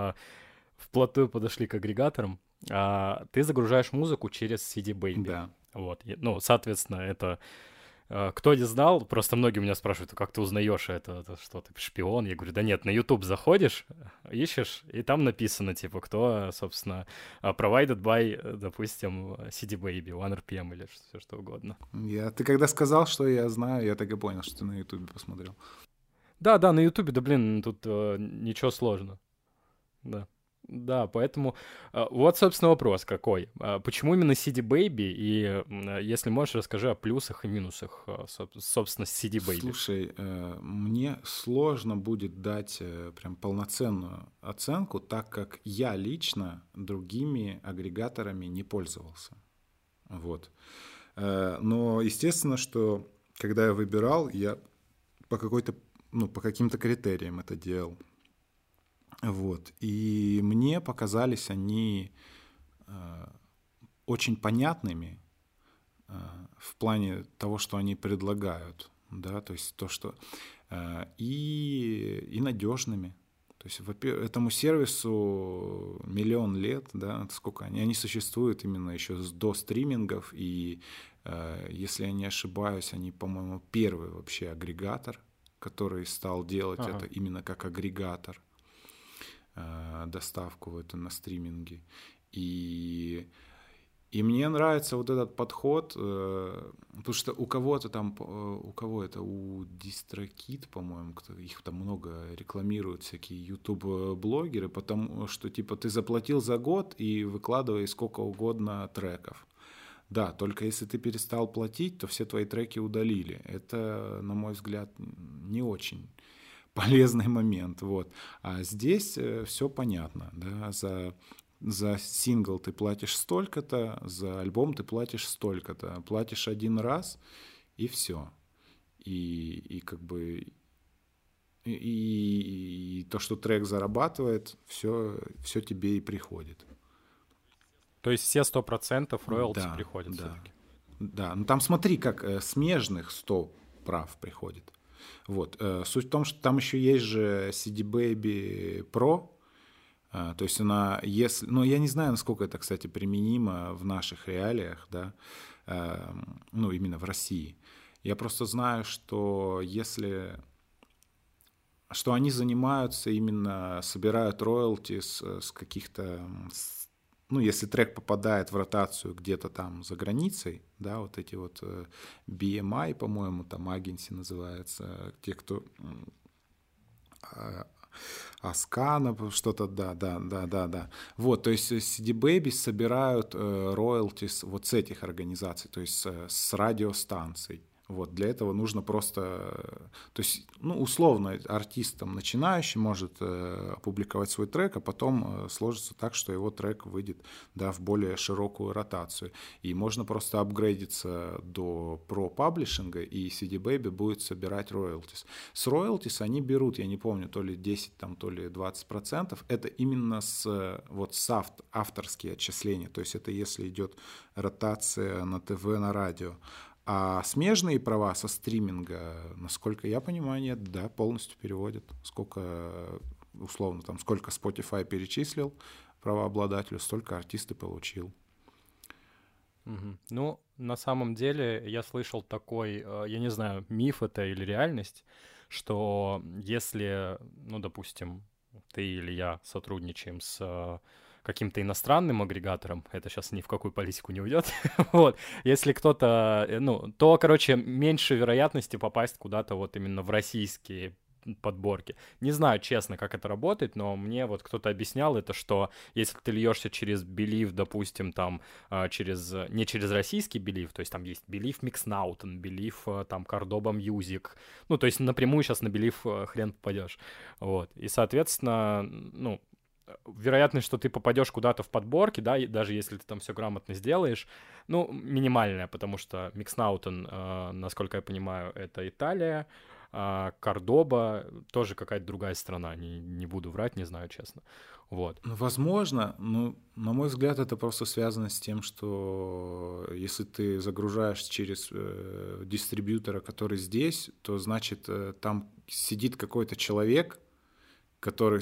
вплотную подошли к агрегаторам. Ты загружаешь музыку через CD Baby. Да. Вот. Ну, соответственно, это кто не знал, просто многие меня спрашивают, как ты узнаешь это что, ты шпион? Я говорю, да нет, на YouTube заходишь, ищешь, и там написано, типа, кто, собственно, provided by, допустим, CD Baby, OneRPM или все что угодно. Ты когда сказал, что я знаю, я так и понял, что ты на YouTube посмотрел. Да, на YouTube, да, блин, тут ничего сложного. Да. Да, поэтому вот, собственно, вопрос какой. Почему именно CD Baby? И если можешь, расскажи о плюсах и минусах, собственно, CD Baby. Слушай, мне сложно будет дать прям полноценную оценку, так как я лично другими агрегаторами не пользовался. Вот. Но естественно, что когда я выбирал, я по каким-то критериям это делал. Вот. И мне показались они очень понятными в плане того, что они предлагают, да, то есть то, что и надежными. То есть этому сервису 1 миллион лет, да, сколько они существуют именно еще до стримингов, и если я не ошибаюсь, они, по-моему, первый вообще агрегатор, который стал делать это именно как агрегатор, доставку в это на стриминге. И мне нравится вот этот подход, потому что у кого-то там, у кого это, у DistroKid, по-моему, их там много рекламируют всякие YouTube-блогеры, потому что, типа, ты заплатил за год и выкладывай сколько угодно треков. Да, только если ты перестал платить, то все твои треки удалили. Это, на мой взгляд, не очень полезный момент. Вот. А здесь все понятно, да, за сингл ты платишь столько-то, за альбом ты платишь столько-то. Платишь один раз, и все. И как бы и то, что трек зарабатывает, все тебе и приходит. То есть все 100% роялти приходят все-таки? Да, ну там смотри, как смежных 100 прав приходит. Вот. Суть в том, что там еще есть же CD Baby Pro. То есть она, если, ну я не знаю, насколько это, кстати, применимо в наших реалиях, да, ну именно в России. Я просто знаю, что что они занимаются именно, собирают роялти с каких-то ну, если трек попадает в ротацию где-то там за границей, да, вот эти вот BMI, по-моему, там Agency называется, те, кто Аскана, что-то, да. Вот, то есть CD Baby собирают роялтис вот с этих организаций, то есть с радиостанций. Вот, для этого нужно просто, то есть, ну, условно, артист там начинающий может опубликовать свой трек, а потом сложится так, что его трек выйдет, да, в более широкую ротацию. И можно просто апгрейдиться до про-паблишинга, и CD Baby будет собирать роялтис. С роялтис они берут, я не помню, то ли 10, там, то ли 20%. Это именно вот с авторские отчисления, то есть это если идет ротация на ТВ, на радио. А смежные права со стриминга, насколько я понимаю, нет, да, полностью переводят. Сколько, условно, там, сколько Spotify перечислил правообладателю, столько артист и получил. Ну, на самом деле, я слышал такой, я не знаю, миф это или реальность, что если, ну, допустим, ты или я сотрудничаем с каким-то иностранным агрегатором, это сейчас ни в какую политику не уйдет, вот, если кто-то, ну, то, короче, меньше вероятности попасть куда-то вот именно в российские подборки. Не знаю, честно, как это работает, но мне вот кто-то объяснял это, что если ты льешься через Believe, допустим, там, не через российский Believe, то есть там есть Believe Mixnauten, Believe, там, Cordoba Music, ну, то есть напрямую сейчас на Believe хрен попадешь, вот, и, соответственно, ну, вероятность, что ты попадешь куда-то в подборки, да, даже если ты там все грамотно сделаешь, ну, минимальная, потому что Mixnauten, насколько я понимаю, это Италия, а Кордоба тоже какая-то другая страна, не буду врать, не знаю, честно. Вот. Возможно, но, на мой взгляд, это просто связано с тем, что если ты загружаешь через дистрибьютора, который здесь, то значит там сидит какой-то человек, который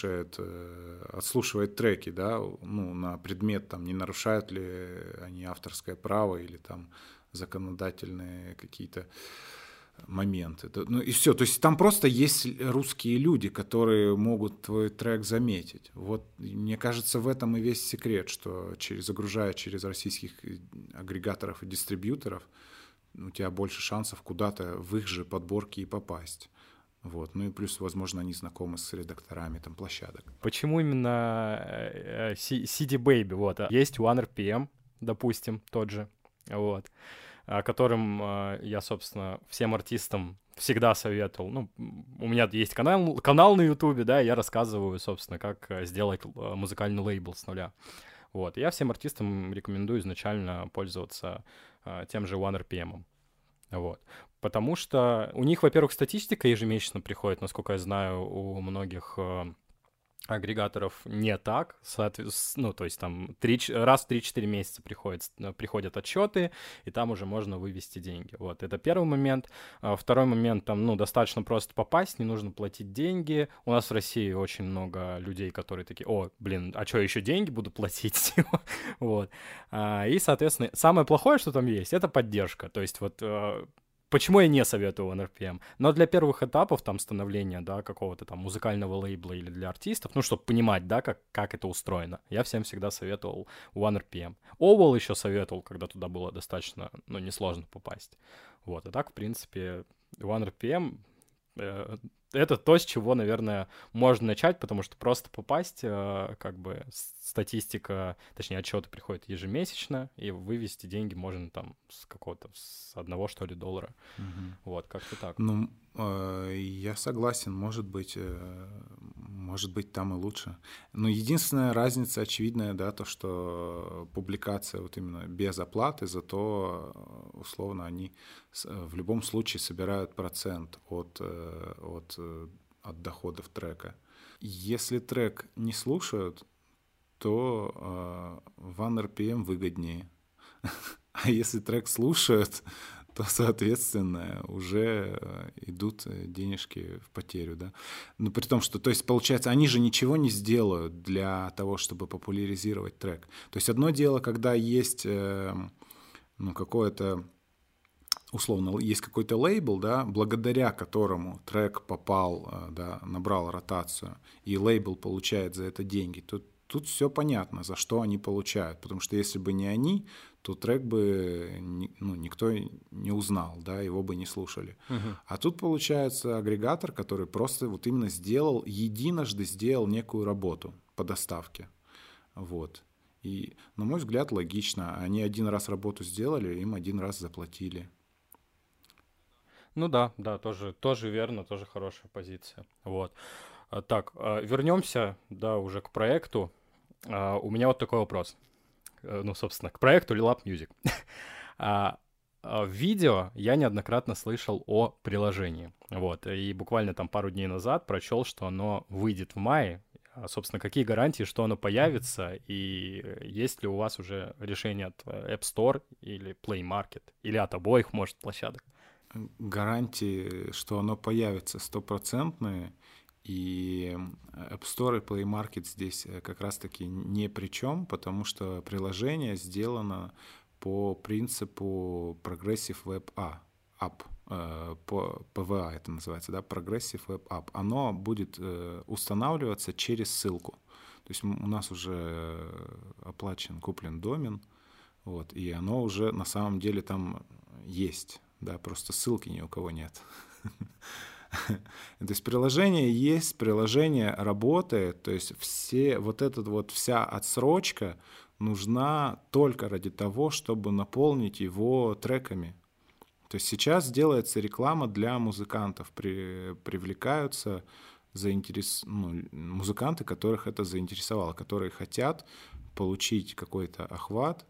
отслушивает треки, да, ну, на предмет, там, не нарушают ли они авторское право или там законодательные какие-то моменты. Ну и все. То есть там просто есть русские люди, которые могут твой трек заметить. Вот мне кажется, в этом и весь секрет, что загружая через российских агрегаторов и дистрибьюторов, у тебя больше шансов куда-то в их же подборки и попасть. Вот. Ну и плюс, возможно, они знакомы с редакторами там площадок. Почему именно CD Baby? Вот. Есть OneRPM, допустим, тот же, вот, которым я, собственно, всем артистам всегда советовал. Ну, у меня есть канал на Ютубе, да, и я рассказываю, собственно, как сделать музыкальный лейбл с нуля. Вот. Я всем артистам рекомендую изначально пользоваться тем же OneRPM. Вот. Потому что у них, во-первых, статистика ежемесячно приходит, насколько я знаю, у многих агрегаторов не так. Ну, то есть там раз в 3-4 месяца приходят отчеты, и там уже можно вывести деньги. Вот, это первый момент. Второй момент, там, ну, достаточно просто попасть, не нужно платить деньги. У нас в России очень много людей, которые такие: о, блин, а что, еще деньги буду платить? Вот. И, соответственно, самое плохое, что там есть, это поддержка. То есть вот почему я не советую OneRPM? Но для первых этапов там становления, да, какого-то там музыкального лейбла или для артистов, ну, чтобы понимать, да, как это устроено, я всем всегда советовал OneRPM. Oval еще советовал, когда туда было достаточно, ну, несложно попасть. Вот, а так, в принципе, OneRPM это то, с чего, наверное, можно начать, потому что просто попасть, как бы, статистика, точнее, отчеты приходят ежемесячно, и вывести деньги можно там с одного, что ли, $1. Вот, как-то так. Ну, я согласен, может быть, там и лучше. Но единственная разница очевидная, да, то, что публикация вот именно без оплаты, зато, условно, они в любом случае собирают процент от доходов трека. Если трек не слушают, то OneRPM выгоднее. А если трек слушают, то, соответственно, уже идут денежки в потерю, да. Но при том, что, то есть, получается, они же ничего не сделают для того, чтобы популяризировать трек. То есть одно дело, когда есть, ну, какое-то, условно, есть какой-то лейбл, да, благодаря которому трек попал, да, набрал ротацию, и лейбл получает за это деньги, то тут все понятно, за что они получают. Потому что если бы не они, то трек бы никто не узнал, да, его бы не слушали. Мгм. А тут получается агрегатор, который просто вот именно единожды сделал некую работу по доставке. Вот. И, на мой взгляд, логично. Они один раз работу сделали, им один раз заплатили. Ну да, да, тоже верно, тоже хорошая позиция. Вот. Так, вернемся, да, уже к проекту. У меня вот такой вопрос. Ну, собственно, к проекту Lilab Music. В видео я неоднократно слышал о приложении. Вот. И буквально там пару дней назад прочел, что оно выйдет в мае. Собственно, какие гарантии, что оно появится, и есть ли у вас уже решение от App Store или Play Market, или от обоих, может, площадок? Гарантии, что оно появится, стопроцентные. И App Store и Play Market здесь как раз-таки ни при чем, потому что приложение сделано по принципу Progressive Web App, по PWA это называется, да, Progressive Web App. Оно будет устанавливаться через ссылку. То есть у нас уже оплачен, куплен домен, вот, и оно уже на самом деле там есть, да, просто ссылки ни у кого нет. То есть приложение есть, приложение работает, то есть вся отсрочка нужна только ради того, чтобы наполнить его треками. То есть сейчас делается реклама для музыкантов, привлекаются музыканты, которых это заинтересовало, которые хотят получить какой-то охват,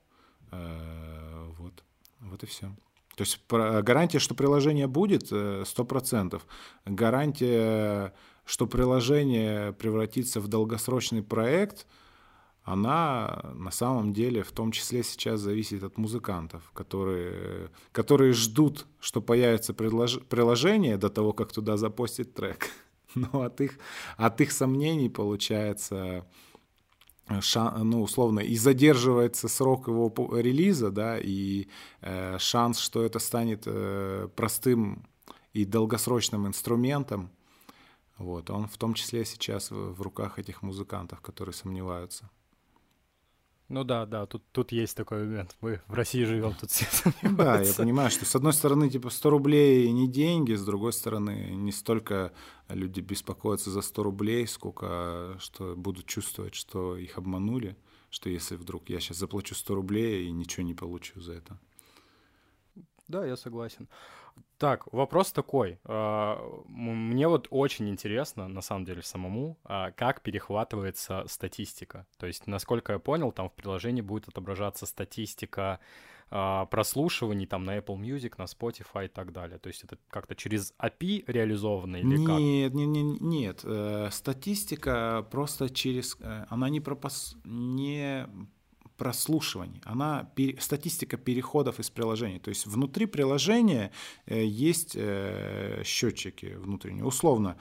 вот и все. То есть гарантия, что приложение будет, 100%. Гарантия, что приложение превратится в долгосрочный проект, она на самом деле в том числе сейчас зависит от музыкантов, которые ждут, что появится приложение до того, как туда запостить трек. Но от их сомнений получается... условно, и задерживается срок его релиза, да, и шанс, что это станет простым и долгосрочным инструментом, вот, он в том числе сейчас в руках этих музыкантов, которые сомневаются. Ну да, тут есть такой момент. Мы в России живем, тут все Да, я сомневаются. понимаю, что с одной стороны, типа, 100 рублей не деньги, с другой стороны, не столько люди беспокоятся за 100 рублей, сколько что будут чувствовать, что их обманули, что если вдруг я сейчас заплачу 100 рублей и ничего не получу за это. Да, я согласен. Так, вопрос такой. Мне вот очень интересно, на самом деле, самому, как перехватывается статистика. То есть, насколько я понял, там в приложении будет отображаться статистика прослушиваний там на Apple Music, на Spotify и так далее. То есть это как-то через API реализовано или как? Нет. Статистика просто она не прослушиваний, статистика переходов из приложения. То есть внутри приложения есть счетчики внутренние. Условно,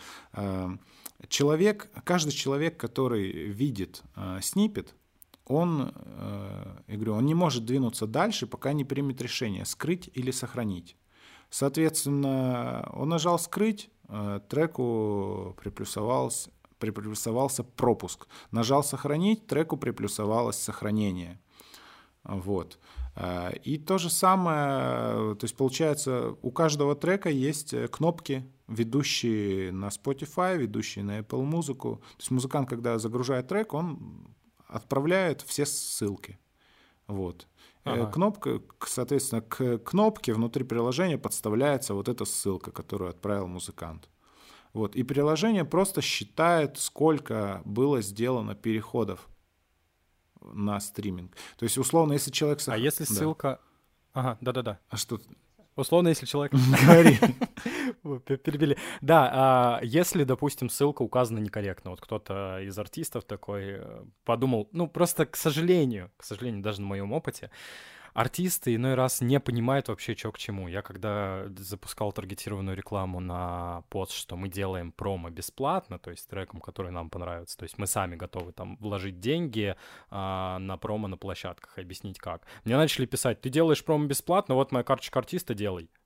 каждый человек, который видит сниппет, он не может двинуться дальше, пока не примет решение, скрыть или сохранить. Соответственно, он нажал «скрыть», треку приплюсовался пропуск. Нажал «сохранить», треку приплюсовалось сохранение. Вот. И то же самое, то есть получается, у каждого трека есть кнопки, ведущие на Spotify, ведущие на Apple Music. То есть музыкант, когда загружает трек, он отправляет все ссылки. Вот. Ага. Соответственно, к кнопке внутри приложения подставляется вот эта ссылка, которую отправил музыкант. Вот. И приложение просто считает, сколько было сделано переходов на стриминг. То есть, условно, если человек... А если Да. ссылка... Ага, да-да-да. А что? Условно, если человек... Говори. Перебили. Да, если, допустим, ссылка указана некорректно, вот кто-то из артистов такой подумал, ну, просто, к сожалению, даже на моем опыте, артисты иной раз не понимают вообще, что к чему. Я когда запускал таргетированную рекламу на пост, что мы делаем промо бесплатно, то есть треком, который нам понравится, то есть мы сами готовы там вложить деньги на промо на площадках, объяснить как. Мне начали писать, ты делаешь промо бесплатно, вот моя карточка артиста, делай.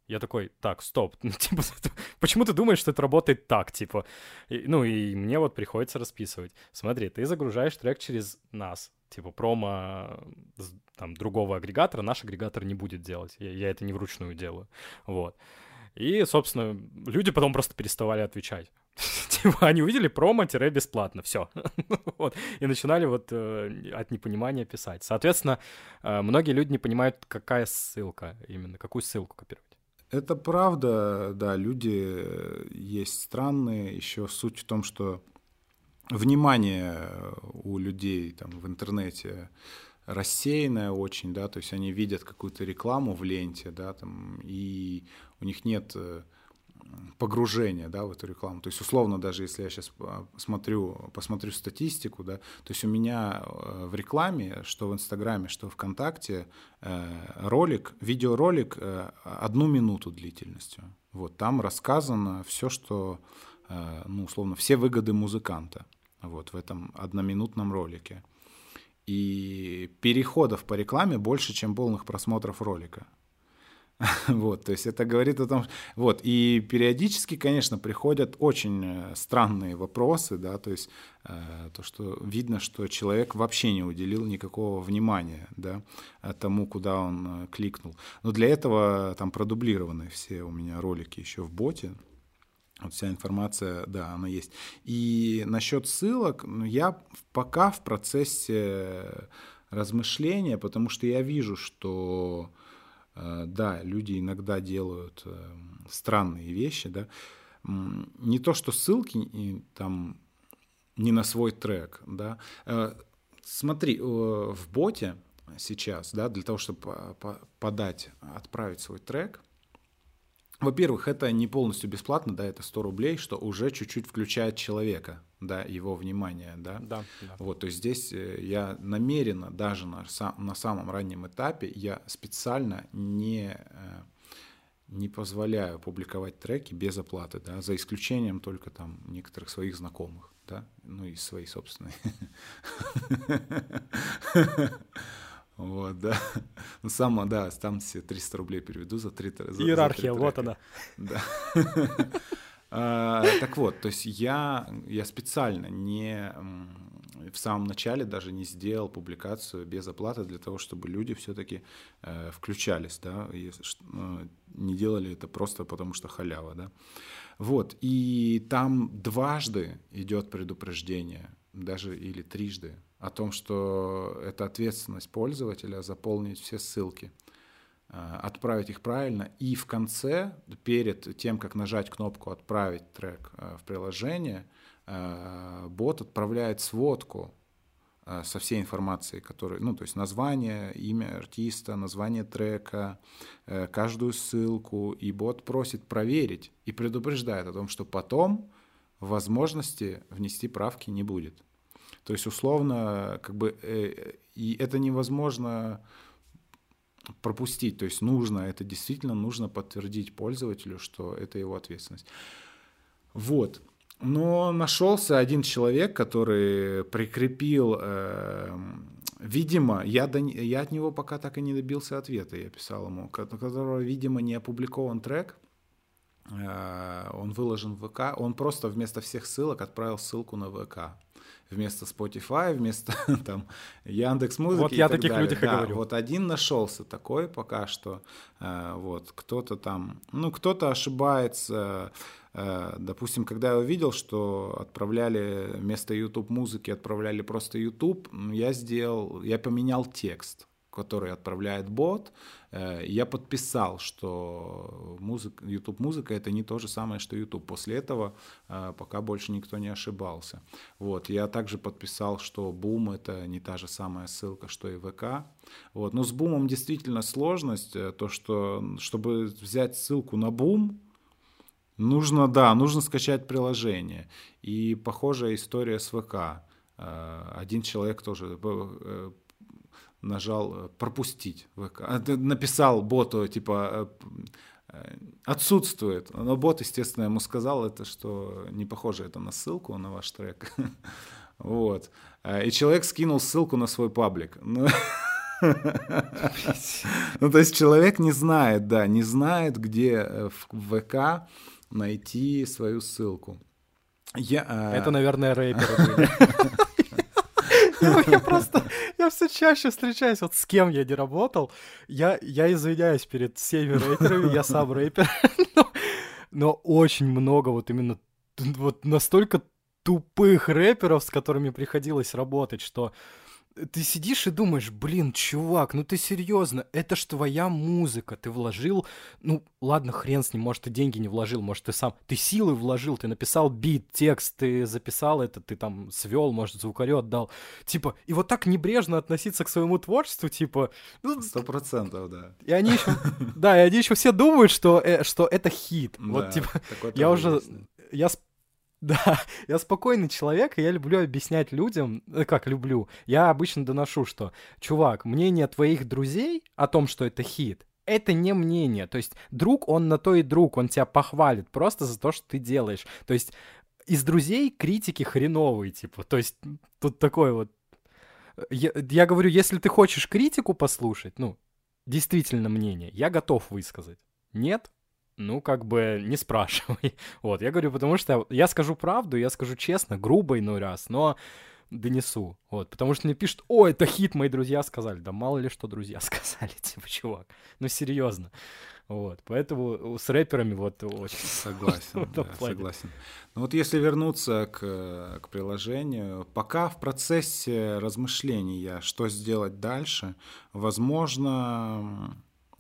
Я такой, так, стоп, ну, типа, почему ты думаешь, что это работает так, типа? Ну, и мне вот приходится расписывать. Смотри, ты загружаешь трек через нас, типа, промо там другого агрегатора, наш агрегатор не будет делать, я это не вручную делаю, вот. И, собственно, люди потом просто переставали отвечать. Типа, они увидели промо-бесплатно, все. Вот. И начинали вот от непонимания писать. Соответственно, многие люди не понимают, какая ссылка именно, какую ссылку копировать. Это правда, да, люди есть странные. Еще суть в том, что внимание у людей там в интернете рассеянное очень, да, то есть они видят какую-то рекламу в ленте, да, там, и у них нет погружения, да, в эту рекламу. То есть, условно, даже если я сейчас посмотрю статистику, да, то есть у меня в рекламе, что в Инстаграме, что ВКонтакте, видеоролик 1 минуту длительностью. Вот, там рассказано все, что, ну, условно, все выгоды музыканта, вот, в этом одноминутном ролике. И переходов по рекламе больше, чем полных просмотров ролика. Вот, то есть это говорит о том, вот, и периодически, конечно, приходят очень странные вопросы, да, то есть то, что видно, что человек вообще не уделил никакого внимания, да, тому, куда он кликнул. Но для этого там продублированы все у меня ролики еще в боте, вот вся информация, да, она есть. И насчет ссылок, ну, я пока в процессе размышления, потому что я вижу, что да, люди иногда делают странные вещи, да. Не то, что ссылки там не на свой трек, да. Смотри, в боте сейчас, да, для того, чтобы отправить свой трек, во-первых, это не полностью бесплатно, да, это 100 рублей, что уже чуть-чуть включает человека, да, его внимание, да. Да. Вот, то есть здесь я намеренно, даже на самом раннем этапе, я специально не позволяю публиковать треки без оплаты, да, за исключением только там некоторых своих знакомых, да, ну и свои собственные. Вот, да. Ну, да, там все 300 рублей переведу за 3 трека. Иерархия, вот она. Да. Так вот, то есть я специально в самом начале даже не сделал публикацию без оплаты для того, чтобы люди все-таки включались, да, и не делали это просто потому, что халява, да. Вот, и там дважды идет предупреждение, даже или трижды, о том, что это ответственность пользователя заполнить все ссылки, отправить их правильно, и в конце, перед тем, как нажать кнопку «Отправить трек в приложение», бот отправляет сводку со всей информацией, которая, ну, то есть название, имя артиста, название трека, каждую ссылку, и бот просит проверить и предупреждает о том, что потом возможности внести правки не будет. То есть, условно, как бы, и это невозможно пропустить. То есть это действительно нужно подтвердить пользователю, что это его ответственность. Вот. Но нашелся один человек, который прикрепил, видимо, я от него пока так и не добился ответа, я писал ему, у которого, видимо, не опубликован трек, он выложен в ВК, он просто вместо всех ссылок отправил ссылку на ВК. Вместо Spotify, вместо там Яндекс.Музыки. Вот я таких людях и говорю. Вот один нашелся такой пока что. Вот кто-то там, ну кто-то ошибается. Допустим, когда я увидел, что отправляли вместо YouTube музыки отправляли просто YouTube, я поменял текст, который отправляет бот. Я подписал, что YouTube музыка это не то же самое, что YouTube. После этого пока больше никто не ошибался. Вот. Я также подписал, что Boom это не та же самая ссылка, что и ВК. Вот. Но с Boom действительно сложность, то что, чтобы взять ссылку на Boom, нужно скачать приложение. И похожая история с ВК. Один человек тоже нажал пропустить ВК. Написал боту, типа, отсутствует. Но бот, естественно, ему сказал это, что не похоже это на ссылку на ваш трек. Вот. И человек скинул ссылку на свой паблик. Ну, то есть человек не знает, да, не знает, где в ВК найти свою ссылку. Это, наверное, рэперы были. Я просто, я все чаще встречаюсь, вот с кем я не работал, я извиняюсь перед всеми рэперами, я сам рэпер, но очень много вот именно вот настолько тупых рэперов, с которыми приходилось работать, что ты сидишь и думаешь, блин, чувак, ну ты серьезно, это ж твоя музыка, ты вложил, ну ладно, хрен с ним, может ты деньги не вложил, может ты сам, ты силы вложил, ты написал бит, текст, ты записал это, ты там свел, может звукарю отдал, типа, и вот так небрежно относиться к своему творчеству, типа, ну, 100%, да. и они еще, да, и они еще все думают, что это хит, вот Да, типа, такое я тоже уже, есть, да. я да, я спокойный человек, и я люблю объяснять людям, как люблю, я обычно доношу, что, чувак, мнение твоих друзей о том, что это хит, это не мнение, то есть друг, он на то и друг, он тебя похвалит просто за то, что ты делаешь, то есть из друзей критики хреновые, типа, то есть тут такой вот, я говорю, если ты хочешь критику послушать, ну, действительно мнение, я готов высказать, нет? Ну, как бы не спрашивай. Вот, я говорю, потому что я скажу правду, я скажу честно, грубо иной раз, но донесу. Вот, потому что мне пишут, о, это хит, мои друзья сказали. Да мало ли что друзья сказали, типа, чувак. Ну, серьезно. Вот, поэтому с рэперами вот очень Согласен, в да, этом плане. согласен. Ну вот если вернуться к приложению, пока в процессе размышления, что сделать дальше, возможно,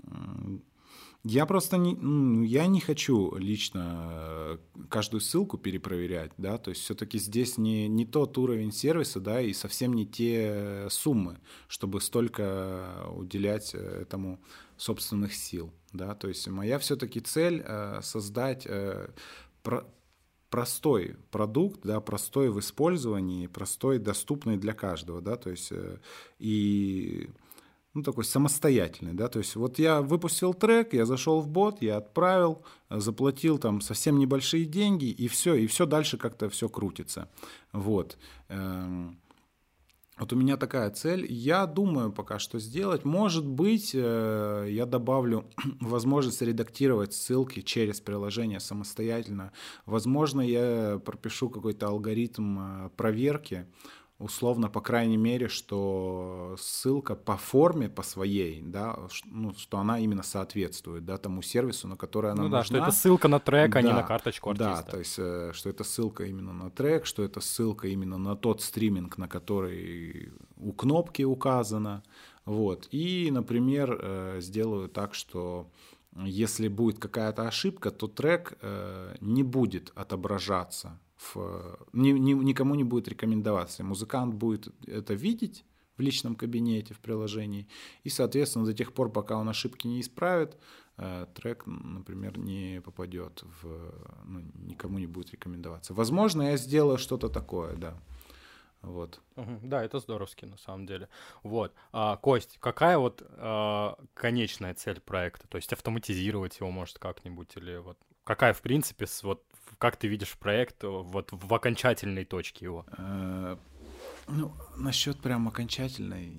я просто я не хочу лично каждую ссылку перепроверять, да, то есть все-таки здесь не тот уровень сервиса, да, и совсем не те суммы, чтобы столько уделять этому собственных сил, да, то есть моя все-таки цель создать простой продукт, да, простой в использовании, простой, доступный для каждого, да, то есть и ну, такой самостоятельный, да, то есть вот я выпустил трек, я зашел в бот, я отправил, заплатил там совсем небольшие деньги, и все дальше как-то все крутится, вот. Вот у меня такая цель. Я думаю пока что сделать. Может быть, я добавлю возможность редактировать ссылки через приложение самостоятельно. Возможно, я пропишу какой-то алгоритм проверки, условно, по крайней мере, что ссылка по форме, по своей, да, ну, что она именно соответствует, да, тому сервису, на который она Ну да, что это нужна. ссылка на трек, а не на Да, карточку да, артиста. то есть, что это ссылка именно на трек, что это ссылка именно на тот стриминг, на который у кнопки указано, вот. И, например, сделаю так, что если будет какая-то ошибка, то трек не будет отображаться, никому не будет рекомендоваться. Музыкант будет это видеть в личном кабинете, в приложении, и, соответственно, до тех пор, пока он ошибки не исправит, трек, например, не попадет ну, никому не будет рекомендоваться. Возможно, я сделаю что-то такое, да. Вот. Да, это здоровски, на самом деле. Вот. Кость, какая вот конечная цель проекта? То есть автоматизировать его, может, как-нибудь? Или вот какая, в принципе, вот как ты видишь проект вот в окончательной точке его? Ну, насчет прям окончательной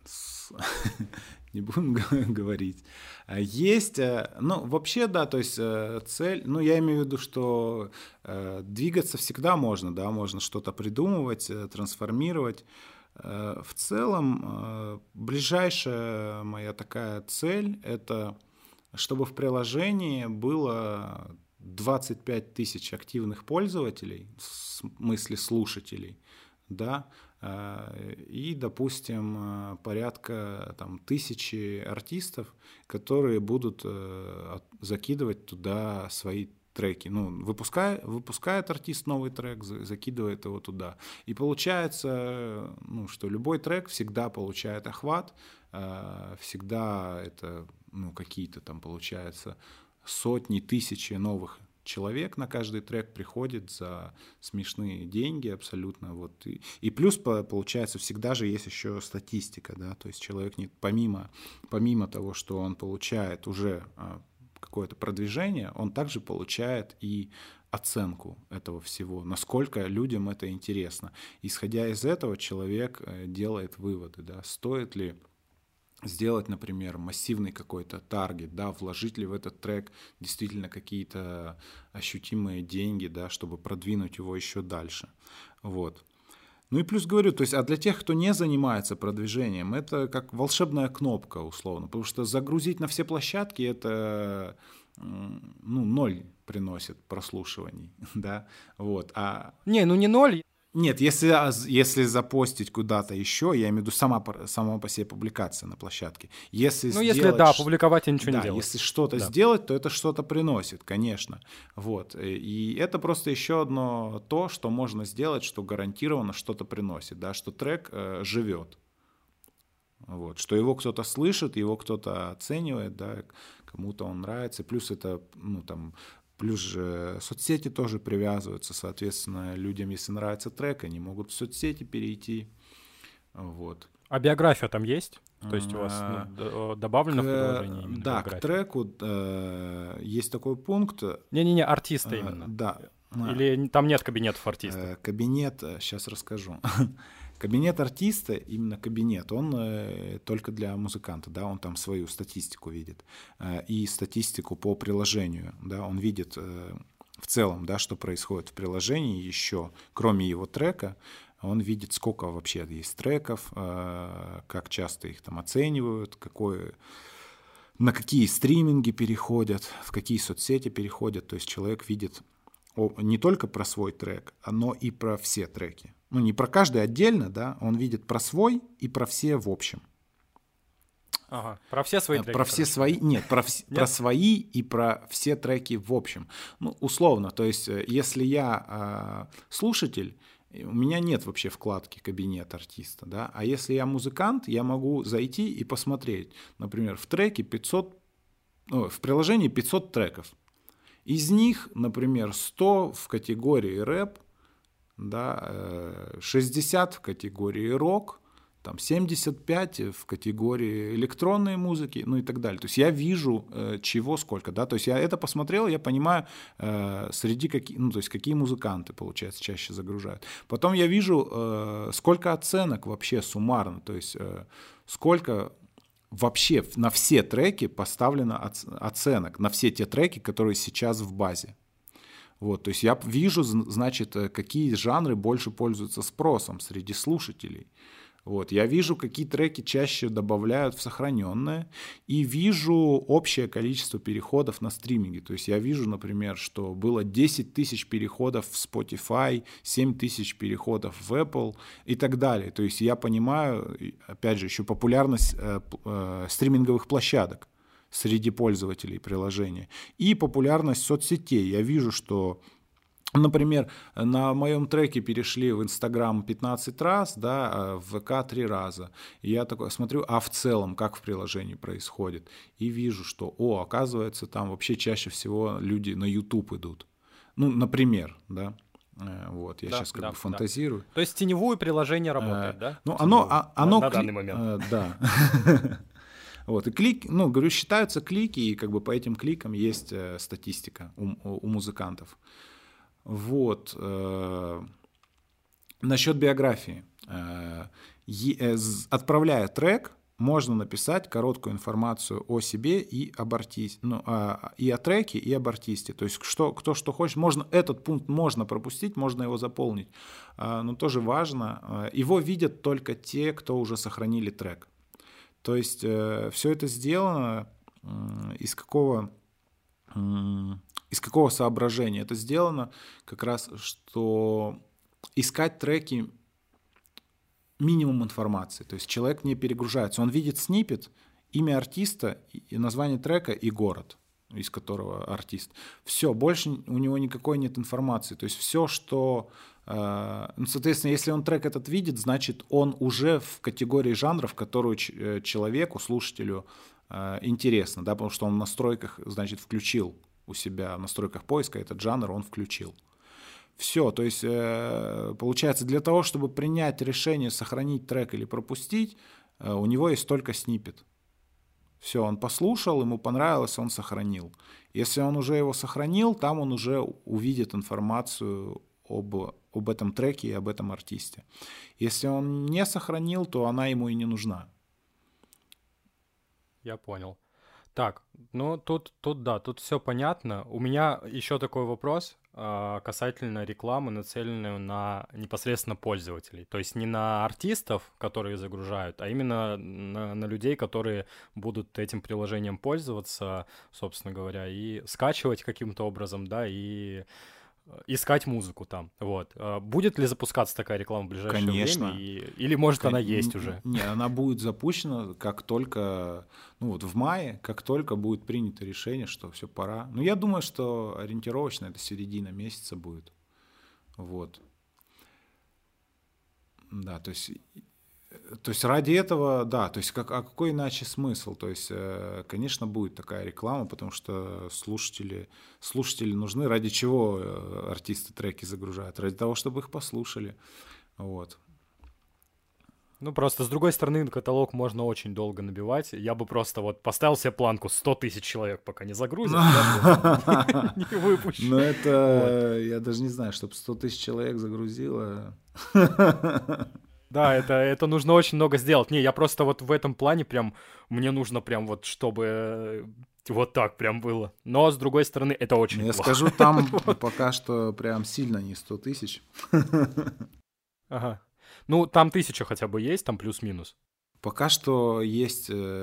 не будем говорить. Есть, ну, вообще, да, то есть цель, ну, я имею в виду, что двигаться всегда можно, да, можно что-то придумывать, трансформировать. В целом, ближайшая моя такая цель — это чтобы в приложении было 25 тысяч активных пользователей, в смысле слушателей, да, и, допустим, порядка там, 1000 артистов, которые будут закидывать туда свои треки. Ну, выпускает артист новый трек, закидывает его туда. И получается, ну, что любой трек всегда получает охват, всегда это, ну, какие-то там, получается, сотни, тысячи новых человек на каждый трек приходит за смешные деньги абсолютно. Вот. И плюс, получается, всегда же есть еще статистика, да, то есть человек помимо того, что он получает уже какое-то продвижение, он также получает и оценку этого всего, насколько людям это интересно. Исходя из этого, человек делает выводы, да, стоит ли сделать, например, массивный какой-то таргет, да, вложить ли в этот трек действительно какие-то ощутимые деньги, да, чтобы продвинуть его еще дальше. Вот. Ну и плюс говорю, то есть, а для тех, кто не занимается продвижением, это как волшебная кнопка, условно, потому что загрузить на все площадки это ну, ноль приносит прослушиваний, да, вот, Не, ну не ноль. нет, если запостить куда-то еще, я имею в виду сама по себе публикация на площадке. Если Ну, если, сделать, да, публиковать и ничего не да, делать. если что-то Да. сделать, то это что-то приносит, конечно. Вот. И это просто еще одно то, что можно сделать, что гарантированно что-то приносит, да, что трек живет. Вот. Что его кто-то слышит, его кто-то оценивает, да, кому-то он нравится. Плюс это, ну, там, плюс же соцсети тоже привязываются, соответственно, людям, если нравится трек, они могут в соцсети перейти. Вот. А биография там есть? То есть у вас добавлено в приложении именно Да, к биография? треку есть такой пункт. Не-не-не, артиста именно. Да. Или там нет кабинетов артистов? Кабинет, сейчас расскажу. Кабинет артиста, именно кабинет, он только для музыканта, да, он там свою статистику видит. И статистику по приложению, да, он видит в целом, да, что происходит в приложении еще, кроме его трека, он видит, сколько вообще есть треков, как часто их там оценивают, на какие стриминги переходят, в какие соцсети переходят. То есть человек видит не только про свой трек, но и про все треки. Ну, не про каждый отдельно, да, он видит про свой и про все в общем. Ага, про все свои треки? Про все свои, нет, про свои и про все треки в общем. Ну, условно, то есть если я слушатель, у меня нет вообще вкладки «Кабинет артиста», да, а если я музыкант, я могу зайти и посмотреть, например, в приложении 500 треков. Из них, например, 100 в категории рэп, да, 60 в категории рок, там 75 в категории электронной музыки, ну и так далее. То есть я вижу, чего сколько, да, то есть я это посмотрел, я понимаю, какие музыканты, получается, чаще загружают. Потом я вижу, сколько оценок вообще суммарно, то есть сколько вообще на все треки поставлено оценок, на все те треки, которые сейчас в базе. Вот, то есть я вижу, значит, какие жанры больше пользуются спросом среди слушателей. Вот, я вижу, какие треки чаще добавляют в сохраненное, и вижу общее количество переходов на стриминге. То есть я вижу, например, что было 10 тысяч переходов в Spotify, 7 тысяч переходов в Apple и так далее. То есть я понимаю, опять же, еще популярность стриминговых площадок среди пользователей приложения и популярность соцсетей. Я вижу, что, например, на моем треке перешли в Инстаграм 15 раз, да, а в ВК 3 раза. И я такой смотрю, а в целом, как в приложении происходит. И вижу, что, оказывается, там вообще чаще всего люди на YouTube идут. Ну, например, да. Вот, я сейчас как бы фантазирую. То есть теневое приложение работает, да? Ну, оно на данный момент. Да. Вот, и говорю, считаются клики, и как бы по этим кликам есть статистика у музыкантов. Вот. Насчет биографии. Отправляя трек, можно написать короткую информацию о себе и об артисте, и о треке, и об артисте. То есть кто что хочет, этот пункт можно пропустить, можно его заполнить. Но тоже важно, его видят только те, кто уже сохранили трек. То есть все это сделано из какого соображения? Это сделано как раз, что искать треки минимум информации. То есть человек не перегружается. Он видит сниппет, имя артиста, и название трека и город, из которого артист. Все, больше у него никакой нет информации. То есть все, что... соответственно, если он трек этот видит, значит, он уже в категории жанров, которую человеку, слушателю интересно, да, потому что он в настройках, значит, включил у себя, в настройках поиска этот жанр он включил. Все, то есть, получается, для того, чтобы принять решение сохранить трек или пропустить, у него есть только сниппет. Все, он послушал, ему понравилось, он сохранил. Если он уже его сохранил, там он уже увидит информацию об этом треке и об этом артисте. Если он не сохранил, то она ему и не нужна. я понял. Так, ну тут да, тут все понятно. У меня еще такой вопрос касательно рекламы, нацеленной на непосредственно пользователей. То есть не на артистов, которые загружают, а именно на людей, которые будут этим приложением пользоваться, собственно говоря, и скачивать каким-то образом, да, и искать музыку там. Вот. Будет ли запускаться такая реклама в ближайшее время? Конечно. Или может она есть уже? Не, она будет запущена, как только, ну вот в мае, как только будет принято решение, что все, пора. Ну, я думаю, что ориентировочно это середина месяца будет. Вот. Да, то есть ради этого, да, то есть а какой иначе смысл? То есть, конечно, будет такая реклама, потому что слушатели нужны. Ради чего артисты треки загружают? Ради того, чтобы их послушали. Вот. Ну, просто, с другой стороны, каталог можно очень долго набивать. Я бы просто вот поставил себе планку 100 тысяч человек, пока не загрузят, я не выпущу. Ну, Вот. это, я даже не знаю, чтобы 100 тысяч человек загрузило. Да, это нужно очень много сделать. Не, я просто вот в этом плане прям, мне нужно прям вот, чтобы вот так прям было. Но, с другой стороны, это Ну, очень я плохо. скажу, там пока что прям сильно не 100 тысяч. Ага. Ну, там 1000 хотя бы есть, там плюс-минус. Пока что есть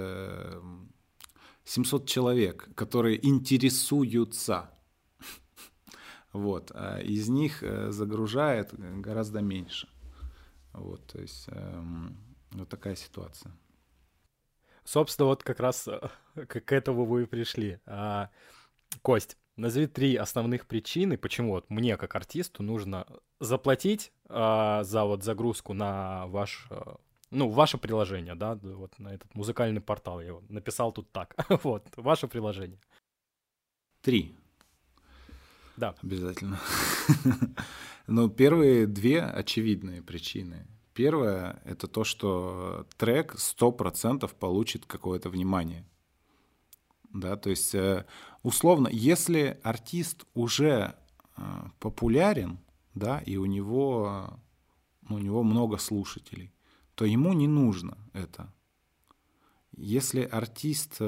700 человек, которые интересуются. Вот. А из них загружает гораздо меньше. Вот, то есть вот такая ситуация. Собственно, вот как раз к этому вы и пришли. Кость, назови 3 основных причины, почему вот мне, как артисту, нужно заплатить за вот загрузку на ну, ваше приложение, да, вот на этот музыкальный портал. Я его написал тут так. Вот, ваше приложение. 3 Да. обязательно. Но первые 2 очевидные причины. Первое — это то, что трек 100% получит какое-то внимание. Да, то есть, условно, если артист уже популярен, да, и у него много слушателей, то ему не нужно это. Если артист,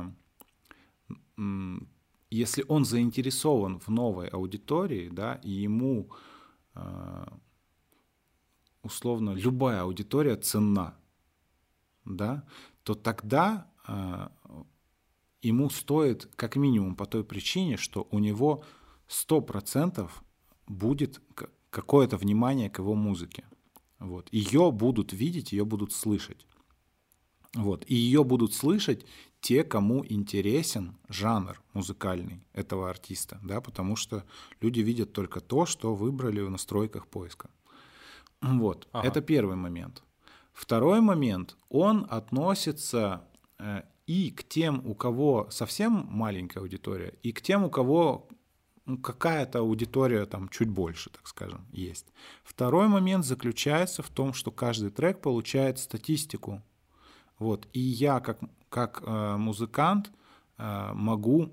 если он заинтересован в новой аудитории, да, и ему условно любая аудитория ценна, да, то тогда ему стоит как минимум по той причине, что у него 100% будет какое-то внимание к его музыке. Вот. Ее будут видеть, ее будут слышать. Вот. И ее будут слышать те, кому интересен жанр музыкальный этого артиста, да, потому что люди видят только то, что выбрали в настройках поиска. Вот. Ага. Это первый момент. Второй момент, он относится и к тем, у кого совсем маленькая аудитория, и к тем, у кого какая-то аудитория там чуть больше, так скажем, есть. Второй момент заключается в том, что каждый трек получает статистику. Вот. И я, как музыкант, могу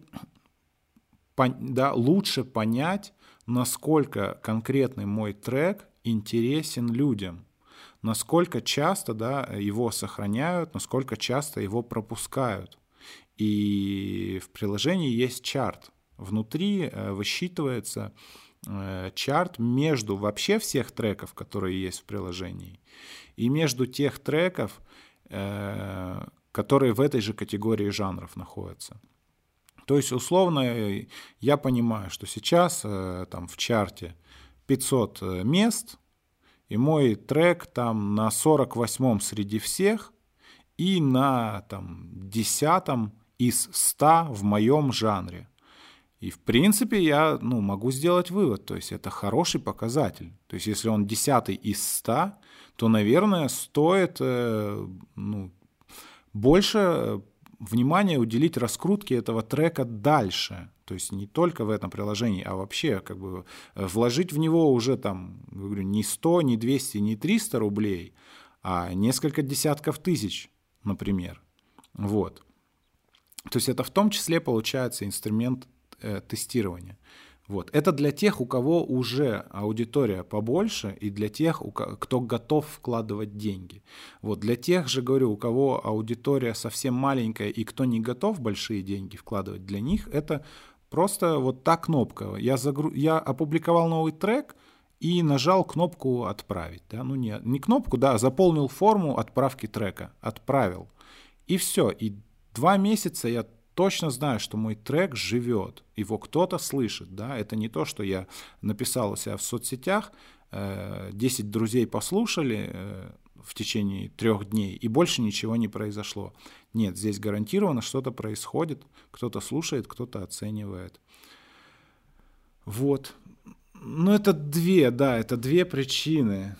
лучше понять, насколько конкретный мой трек интересен людям, насколько часто, да, его сохраняют, насколько часто его пропускают. И в приложении есть чарт. Внутри высчитывается чарт между вообще всех треков, которые есть в приложении, и между тех треков, которые в этой же категории жанров находятся. То есть, условно, я понимаю, что сейчас там в чарте 500 мест, и мой трек там на 48-м среди всех и на там 10-м из 100 в моем жанре. И, в принципе, я могу сделать вывод, то есть это хороший показатель. То есть если он 10-й из 100, то, наверное, стоит больше внимания уделить раскрутке этого трека дальше. То есть не только в этом приложении, а вообще как бы вложить в него уже там, говорю, не 100, не 200, не 300 рублей, а несколько десятков тысяч, например. Вот. То есть это в том числе получается инструмент тестирования. Вот. Это для тех, у кого уже аудитория побольше, и для тех, кто готов вкладывать деньги. Вот. Для тех же, говорю, у кого аудитория совсем маленькая, и кто не готов большие деньги вкладывать, для них это просто вот та кнопка. Я опубликовал новый трек и нажал кнопку «Отправить». Да? Ну, не кнопку, да, заполнил форму отправки трека, отправил. И все. И 2 месяца я точно знаю, что мой трек живет, его кто-то слышит, да, это не то, что я написал у себя в соцсетях, 10 друзей послушали в течение 3 дней, и больше ничего не произошло. Нет, здесь гарантированно что-то происходит, кто-то слушает, кто-то оценивает. Вот. Ну, это две причины,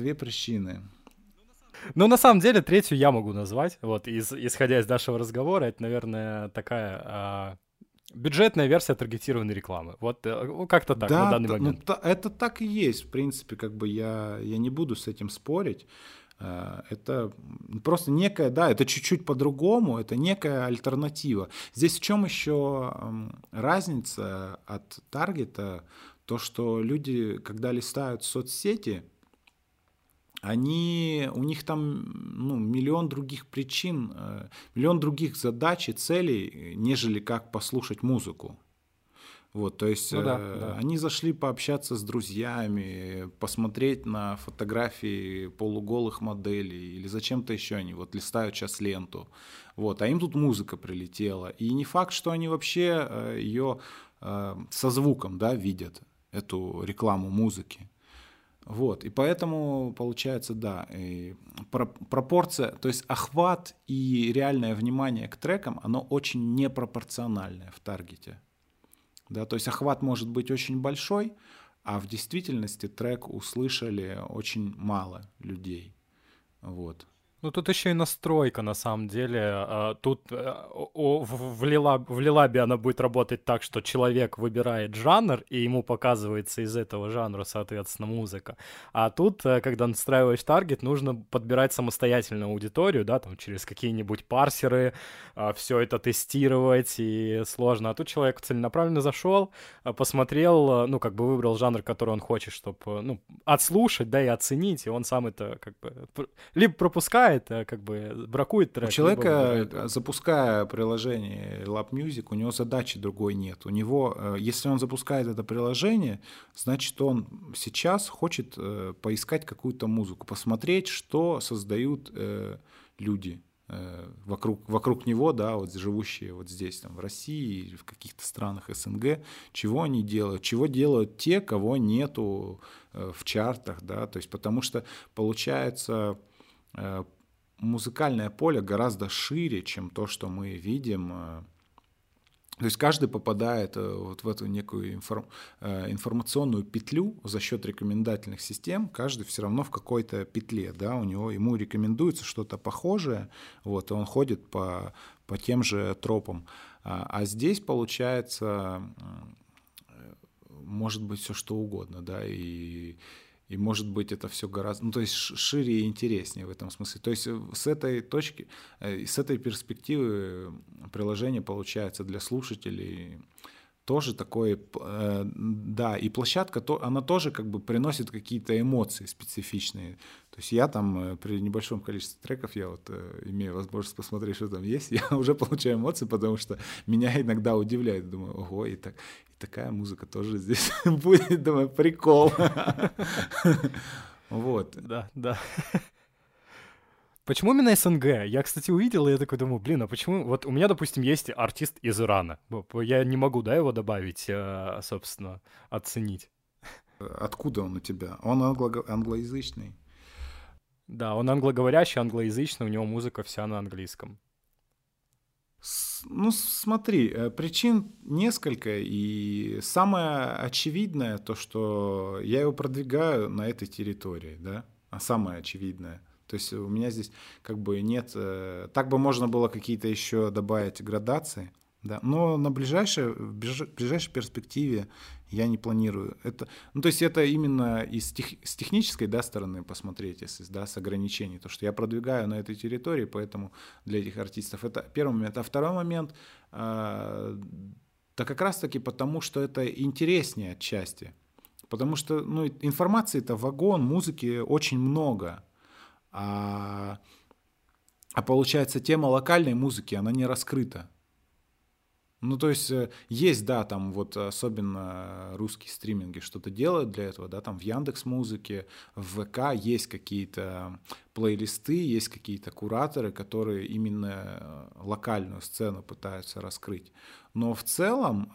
Ну, на самом деле, третью я могу назвать. Вот, исходя из нашего разговора, это, наверное, такая бюджетная версия таргетированной рекламы. Вот как-то так на данный момент. Ну, это так и есть, в принципе, как бы я не буду с этим спорить. Это просто некая, да, это чуть-чуть по-другому, это некая альтернатива. Здесь в чем еще разница от таргета? То, что люди, когда листают соцсети, у них там миллион других причин, миллион других задач и целей, нежели как послушать музыку. Вот, то есть Да. они зашли пообщаться с друзьями, посмотреть на фотографии полуголых моделей или зачем-то еще они вот листают сейчас ленту. Вот, а им тут музыка прилетела. И не факт, что они вообще ее со звуком, да, видят, эту рекламу музыки. Вот, и поэтому получается, да, пропорция, то есть охват и реальное внимание к трекам, оно очень непропорциональное в таргете. Да, то есть охват может быть очень большой, а в действительности трек услышали очень мало людей. Вот. Ну, тут еще и настройка, на самом деле. Тут в Лилабе она будет работать так, что человек выбирает жанр, и ему показывается из этого жанра, соответственно, музыка. А тут, когда настраиваешь таргет, нужно подбирать самостоятельную аудиторию, да, там, через какие-нибудь парсеры, все это тестировать, и сложно. А тут человек целенаправленно зашел, посмотрел, ну, как бы выбрал жанр, который он хочет, чтобы, ну, отслушать, да, и оценить, и он сам это, как бы, либо пропускает, как бы бракует трек. У человека, запуская приложение Lab Music, у него задачи другой нет. У него, если он запускает это приложение, значит, он сейчас хочет поискать какую-то музыку, посмотреть, что создают люди вокруг него, да, вот живущие вот здесь, там, в России или в каких-то странах СНГ, чего они делают, чего делают те, кого нету в чартах, да, то есть потому что получается музыкальное поле гораздо шире, чем то, что мы видим. То есть каждый попадает вот в эту некую информационную петлю за счет рекомендательных систем, каждый все равно в какой-то петле, да, ему рекомендуется что-то похожее, вот, и он ходит по тем же тропам. А здесь получается, может быть, все что угодно, да, и может быть это все гораздо, ну, то есть шире и интереснее в этом смысле. То есть с этой точки, с этой перспективы приложение получается для слушателей тоже такое, да, и площадка, она тоже как бы приносит какие-то эмоции специфичные. То есть я там при небольшом количестве треков, я вот имею возможность посмотреть, что там есть, я уже получаю эмоции, потому что меня иногда удивляет. Думаю, ого, и такая музыка тоже здесь будет, думаю, прикол. Вот. Да. Почему именно СНГ? Я, кстати, увидел, и я такой думаю, блин, а почему... Вот у меня, допустим, есть артист из Ирана. Я не могу, да, его добавить, собственно, оценить. Откуда он у тебя? Он англоязычный. Да, он англоговорящий, англоязычный, у него музыка вся на английском. Ну, смотри, причин несколько, и самое очевидное то, что я его продвигаю на этой территории, да, а самое очевидное. То есть у меня здесь как бы нет... Так бы можно было какие-то еще добавить градации, да, но в ближайшей перспективе я не планирую. Ну, то есть это именно с технической, да, стороны посмотреть, если, да, с ограничений. То, что я продвигаю на этой территории, поэтому для этих артистов это первый момент. А второй момент, Да как раз-таки потому, что это интереснее отчасти. Потому что информации-то вагон, музыки очень много. А, а получается, тема локальной музыки, она не раскрыта. То есть есть, да, там вот особенно русские стриминги что-то делают для этого, да, там в Яндекс.Музыке, в ВК есть какие-то плейлисты, есть какие-то кураторы, которые именно локальную сцену пытаются раскрыть. Но в целом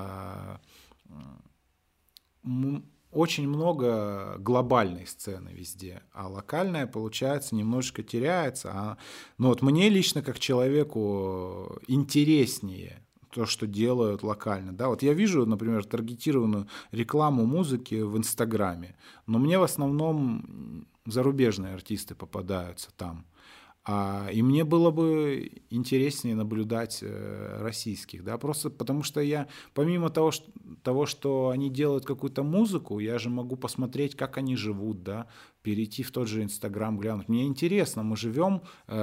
очень много глобальной сцены везде, а локальная, получается, немножечко теряется. Вот мне лично, как человеку, интереснее то, что делают локально. Да? Вот я вижу, например, таргетированную рекламу музыки в Инстаграме, но мне в основном зарубежные артисты попадаются там. И мне было бы интереснее наблюдать российских, да, просто потому что я, помимо того, что они делают какую-то музыку, я же могу посмотреть, как они живут, да, перейти в тот же Инстаграм, глянуть. Мне интересно, мы живем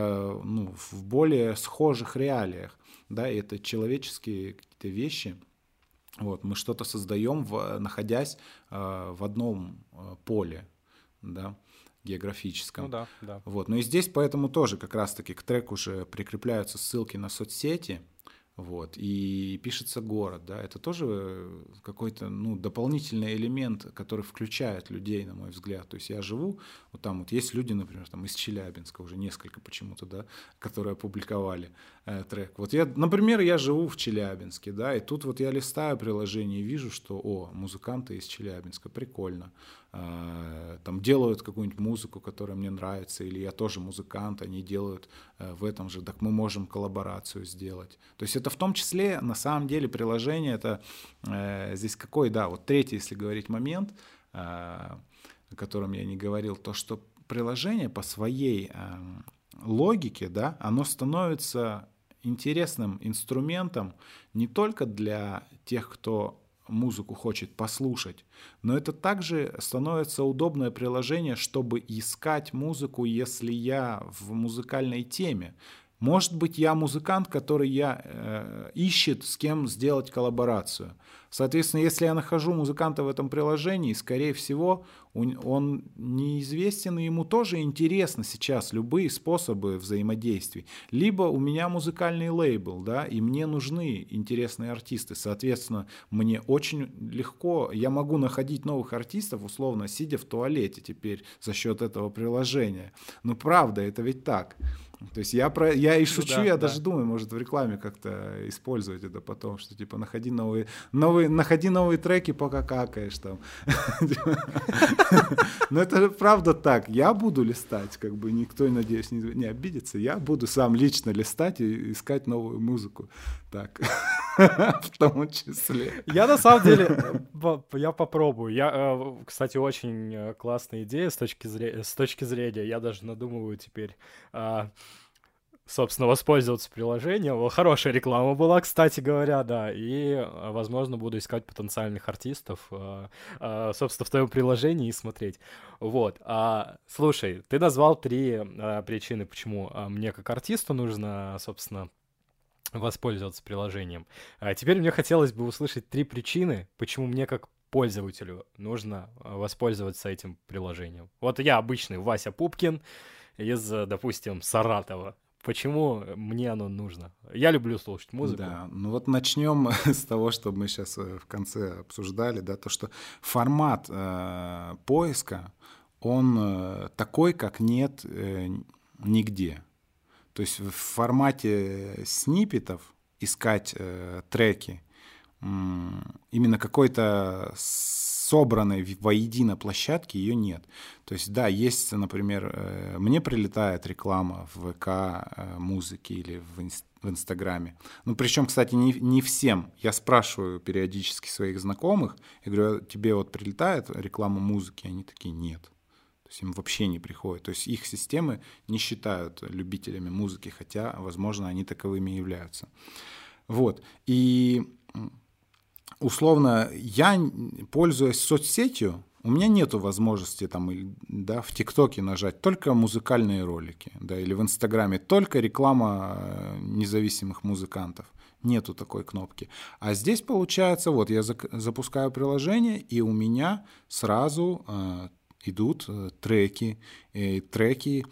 в более схожих реалиях, да, и это человеческие какие-то вещи. Вот, мы что-то создаем, находясь в одном поле, да, географическом. Да, да. Вот. И здесь поэтому тоже как раз-таки к треку уже прикрепляются ссылки на соцсети, вот, и пишется город, да, это тоже какой-то, дополнительный элемент, который включает людей, на мой взгляд. То есть я живу, вот там вот есть люди, например, там из Челябинска, уже несколько почему-то, да, которые опубликовали трек. Вот например, я живу в Челябинске, да, и тут вот я листаю приложение и вижу, что, музыканты из Челябинска, прикольно. Там делают какую-нибудь музыку, которая мне нравится, или я тоже музыкант, они делают в этом же, так мы можем коллаборацию сделать. То есть это в том числе, на самом деле, приложение, это здесь какой, да, вот третий, если говорить момент, о котором я не говорил, то, что приложение по своей логике, да, оно становится интересным инструментом не только для тех, кто музыку хочет послушать, но это также становится удобное приложение, чтобы искать музыку, если я в музыкальной теме. Может быть, я музыкант, который ищет, с кем сделать коллаборацию. Соответственно, если я нахожу музыканта в этом приложении, скорее всего, он неизвестен, и ему тоже интересны сейчас любые способы взаимодействий. Либо у меня музыкальный лейбл, да, и мне нужны интересные артисты. Соответственно, мне очень легко, я могу находить новых артистов, условно, сидя в туалете теперь за счет этого приложения. Правда, это ведь так. То есть я и шучу, я даже думаю, может в рекламе как-то использовать это потом, что типа находи новые треки, пока какаешь там. Но это правда так. Я буду листать, как бы никто, надеюсь, не обидится. Я буду сам лично листать и искать новую музыку. Так, в том числе. Я на самом деле, я попробую. Кстати, очень классная идея с точки зрения. Я даже надумываю теперь, собственно, воспользоваться приложением. Хорошая реклама была, кстати говоря, да. И, возможно, буду искать потенциальных артистов, собственно, в твоем приложении и смотреть. Вот. Слушай, ты назвал 3 причины, почему мне как артисту нужно, собственно, воспользоваться приложением. Теперь мне хотелось бы услышать 3 причины, почему мне как пользователю нужно воспользоваться этим приложением. Вот я обычный Вася Пупкин из, допустим, Саратова. Почему мне оно нужно? Я люблю слушать музыку. Да, вот начнем с того, что мы сейчас в конце обсуждали, да, то, что формат поиска, он такой, как нет нигде. То есть в формате сниппетов искать треки, именно какой-то собранной воедино площадки ее нет. То есть, да, есть, например, мне прилетает реклама в ВК музыки или в Инстаграме. Причем, кстати, не всем. Я спрашиваю периодически своих знакомых, я говорю, тебе вот прилетает реклама музыки? Они такие, нет. То есть им вообще не приходит. То есть их системы не считают любителями музыки, хотя, возможно, они таковыми являются. Вот. И условно, я, пользуясь соцсетью, у меня нет возможности там, да, в ТикТоке нажать только музыкальные ролики, да, или в Инстаграме только реклама независимых музыкантов. Нету такой кнопки. А здесь получается, вот я запускаю приложение, и у меня сразу идут треки, треки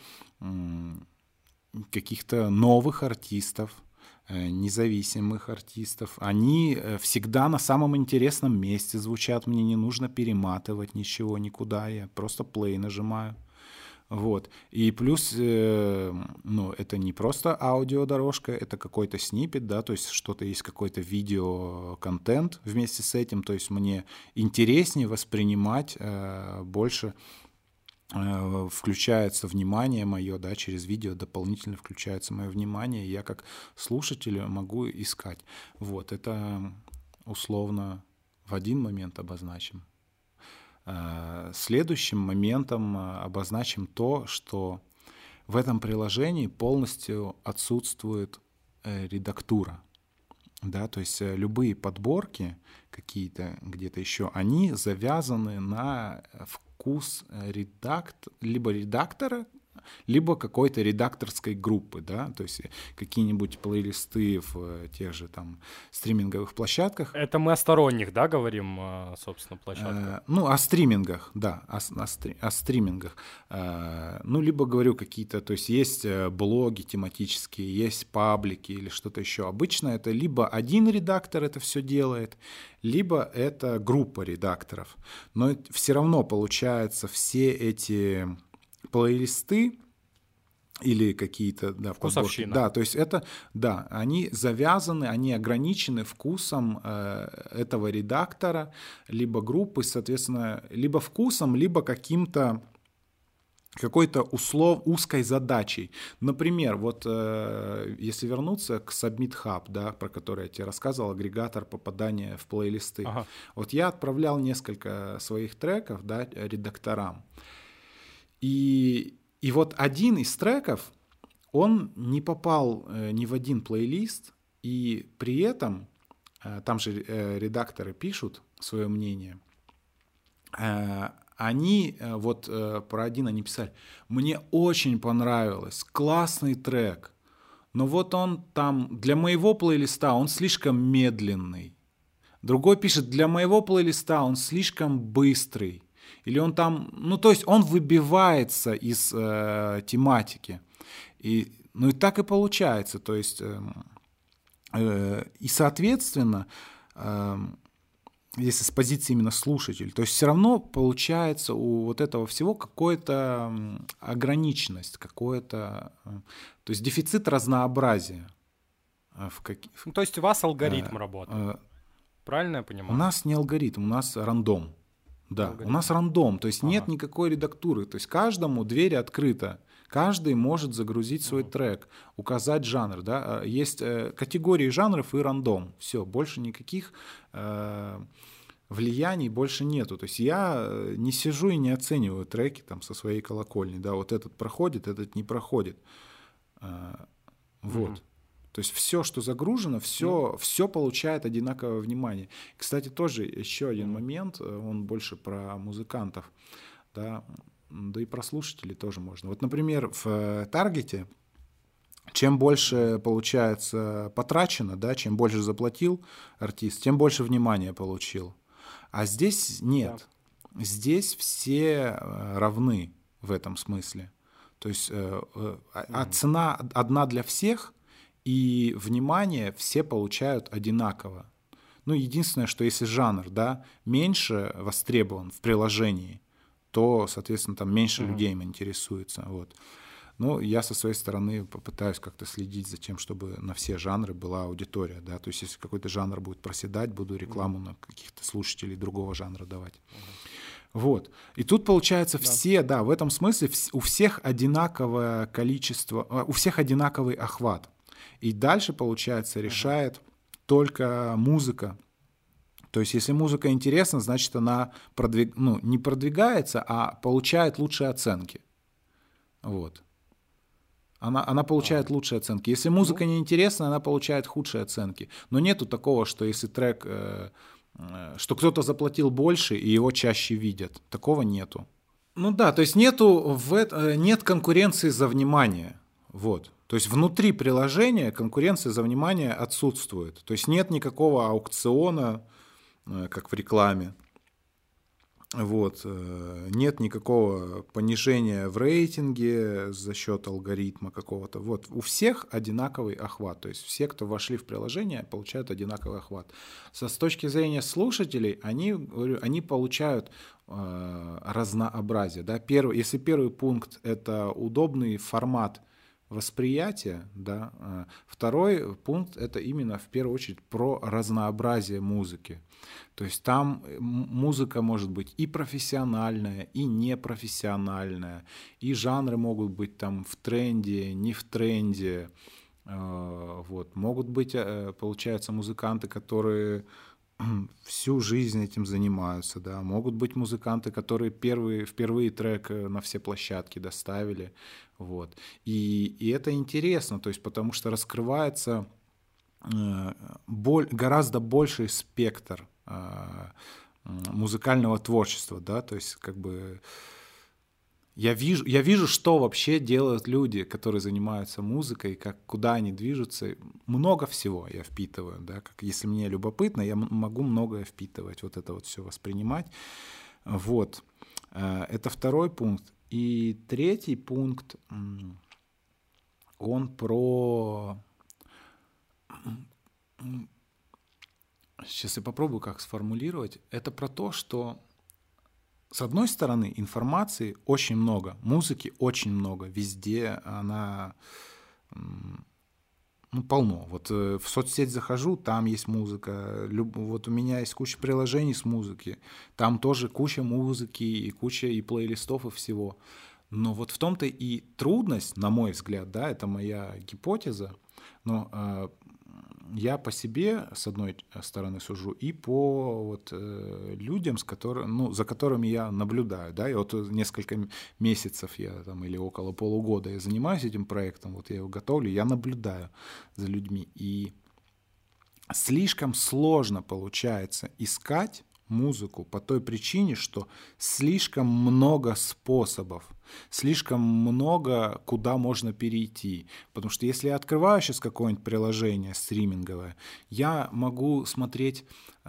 каких-то новых артистов, независимых артистов. Они всегда на самом интересном месте звучат. Мне не нужно перематывать ничего никуда. Я просто play нажимаю. Вот. И плюс, ну, это не просто аудиодорожка, это какой-то сниппет, да, то есть что-то есть, какой-то видеоконтент вместе с этим, то есть мне интереснее воспринимать, больше включается внимание мое, да, через видео дополнительно включается мое внимание, и я как слушатель могу искать. Вот, это условно в один момент обозначим. Следующим моментом обозначим то, что в этом приложении полностью отсутствует редактура. Да, то есть любые подборки какие-то где-то еще, они завязаны на вкус либо редактора, либо какой-то редакторской группы, да, то есть какие-нибудь плейлисты в тех же там стриминговых площадках. Это мы о сторонних, да, говорим, собственно, площадках? Ну, о стримингах, да, о стримингах. Ну, либо говорю какие-то, то есть есть блоги тематические, есть паблики или что-то еще. Обычно это либо один редактор это все делает, либо это группа редакторов. Но все равно получается все эти плейлисты или какие-то, да, подборки. Да, то есть это, да, они завязаны, они ограничены вкусом этого редактора, либо группы, соответственно, либо вкусом, либо какой-то узкой задачей. Например, вот если вернуться к Submit Hub, да, про который я тебе рассказывал, агрегатор попадания в плейлисты. Ага. Вот я отправлял несколько своих треков, да, редакторам. И вот один из треков, он не попал ни в один плейлист, и при этом, там же редакторы пишут свое мнение, они, вот про один они писали: «Мне очень понравилось, классный трек, но вот он там для моего плейлиста он слишком медленный». Другой пишет: «Для моего плейлиста он слишком быстрый». Или он там, ну то есть он выбивается из тематики. Ну и так и получается. То есть, и соответственно, если с позиции именно слушателя, то есть все равно получается у вот этого всего какая-то ограниченность, какое-то, то есть дефицит разнообразия. Ну, то есть у вас алгоритм работает, правильно я понимаю? У нас не алгоритм, у нас рандом. Да, алгоритм. У нас рандом, то есть нет никакой редактуры, то есть каждому дверь открыта, каждый может загрузить свой трек, указать жанр, да, есть категории жанров и рандом, все, больше никаких влияний больше нету, то есть я не сижу и не оцениваю треки там со своей колокольни, да, вот этот проходит, этот не проходит, вот. То есть все, что загружено, все получает одинаковое внимание. Кстати, тоже еще один момент, он больше про музыкантов, да и про слушателей тоже можно. Вот, например, в таргете, чем больше, получается, потрачено, да, чем больше заплатил артист, тем больше внимания получил. А здесь нет. Да. Здесь все равны в этом смысле. То есть цена одна для всех, и внимание все получают одинаково. Ну, единственное, что если жанр, да, меньше востребован в приложении, то, соответственно, там меньше людей им интересуется. Вот. Ну, я со своей стороны попытаюсь как-то следить за тем, чтобы на все жанры была аудитория, да, то есть если какой-то жанр будет проседать, буду рекламу на каких-то слушателей другого жанра давать. Вот. И тут, получается, все, да, в этом смысле у всех одинаковое количество, у всех одинаковый охват. И дальше, получается, решает только музыка. То есть если музыка интересна, значит она не продвигается, а получает лучшие оценки. Вот. Она получает лучшие оценки. Если музыка неинтересна, она получает худшие оценки. Но нету такого, что если трек, что кто-то заплатил больше и его чаще видят. Такого нету. Ну да, то есть нет конкуренции за внимание. Вот. То есть внутри приложения конкуренция за внимание отсутствует. То есть нет никакого аукциона, как в рекламе. Вот. Нет никакого понижения в рейтинге за счет алгоритма какого-то. Вот. У всех одинаковый охват. То есть все, кто вошли в приложение, получают одинаковый охват. С точки зрения слушателей, они получают разнообразие. Да? Если первый пункт — это удобный формат восприятия, да, второй пункт — это именно в первую очередь про разнообразие музыки. То есть там музыка может быть и профессиональная, и непрофессиональная, и жанры могут быть там в тренде, не в тренде. Вот. Могут быть, получается, музыканты, которые всю жизнь этим занимаются, да. Могут быть музыканты, которые впервые трек на все площадки доставили, вот. И это интересно, то есть потому что раскрывается гораздо больший спектр музыкального творчества, да, то есть как бы я вижу, что вообще делают люди, которые занимаются музыкой, куда они движутся. Много всего я впитываю, да, если мне любопытно, я могу многое впитывать, вот это вот все воспринимать. Вот. Это второй пункт. И третий пункт, он про... Сейчас я попробую как сформулировать. Это про то, что с одной стороны, информации очень много, музыки очень много, везде она полно. Вот в соцсеть захожу, там есть музыка, вот у меня есть куча приложений с музыки, там тоже куча музыки и куча и плейлистов и всего. Но вот в том-то и трудность, на мой взгляд, да, это моя гипотеза, но я по себе, с одной стороны, сужу, и по вот, людям, за которыми я наблюдаю. Да? И вот несколько месяцев или около полугода я занимаюсь этим проектом, вот я его готовлю, я наблюдаю за людьми. И слишком сложно получается искать музыку по той причине, что слишком много способов, слишком много куда можно перейти. Потому что если я открываю сейчас какое-нибудь приложение стриминговое, я могу смотреть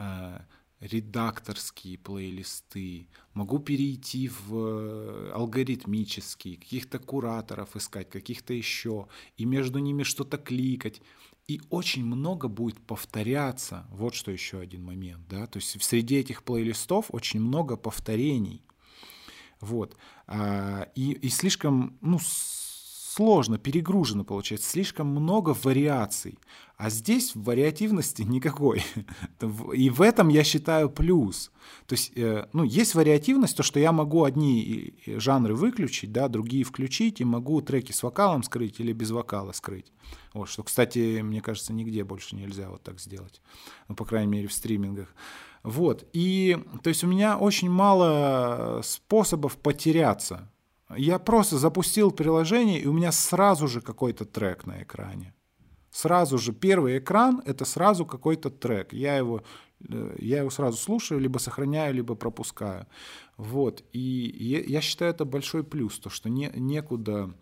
редакторские плейлисты, могу перейти в алгоритмические, каких-то кураторов искать, каких-то еще, и между ними что-то кликать. И очень много будет повторяться. Вот что еще один момент. Да? То есть среди этих плейлистов очень много повторений. Вот. И слишком сложно, перегружено получается. Слишком много вариаций. А здесь вариативности никакой. И в этом я считаю плюс. То есть есть вариативность, то, что я могу одни жанры выключить, да, другие включить, и могу треки с вокалом скрыть или без вокала скрыть. Вот, что, кстати, мне кажется, нигде больше нельзя вот так сделать. Ну, по крайней мере, в стримингах. Вот. И, то есть у меня очень мало способов потеряться. Я просто запустил приложение, и у меня сразу же какой-то трек на экране. Сразу же первый экран — это сразу какой-то трек. Я его сразу слушаю, либо сохраняю, либо пропускаю. Вот. И я считаю, это большой плюс, то, что некуда,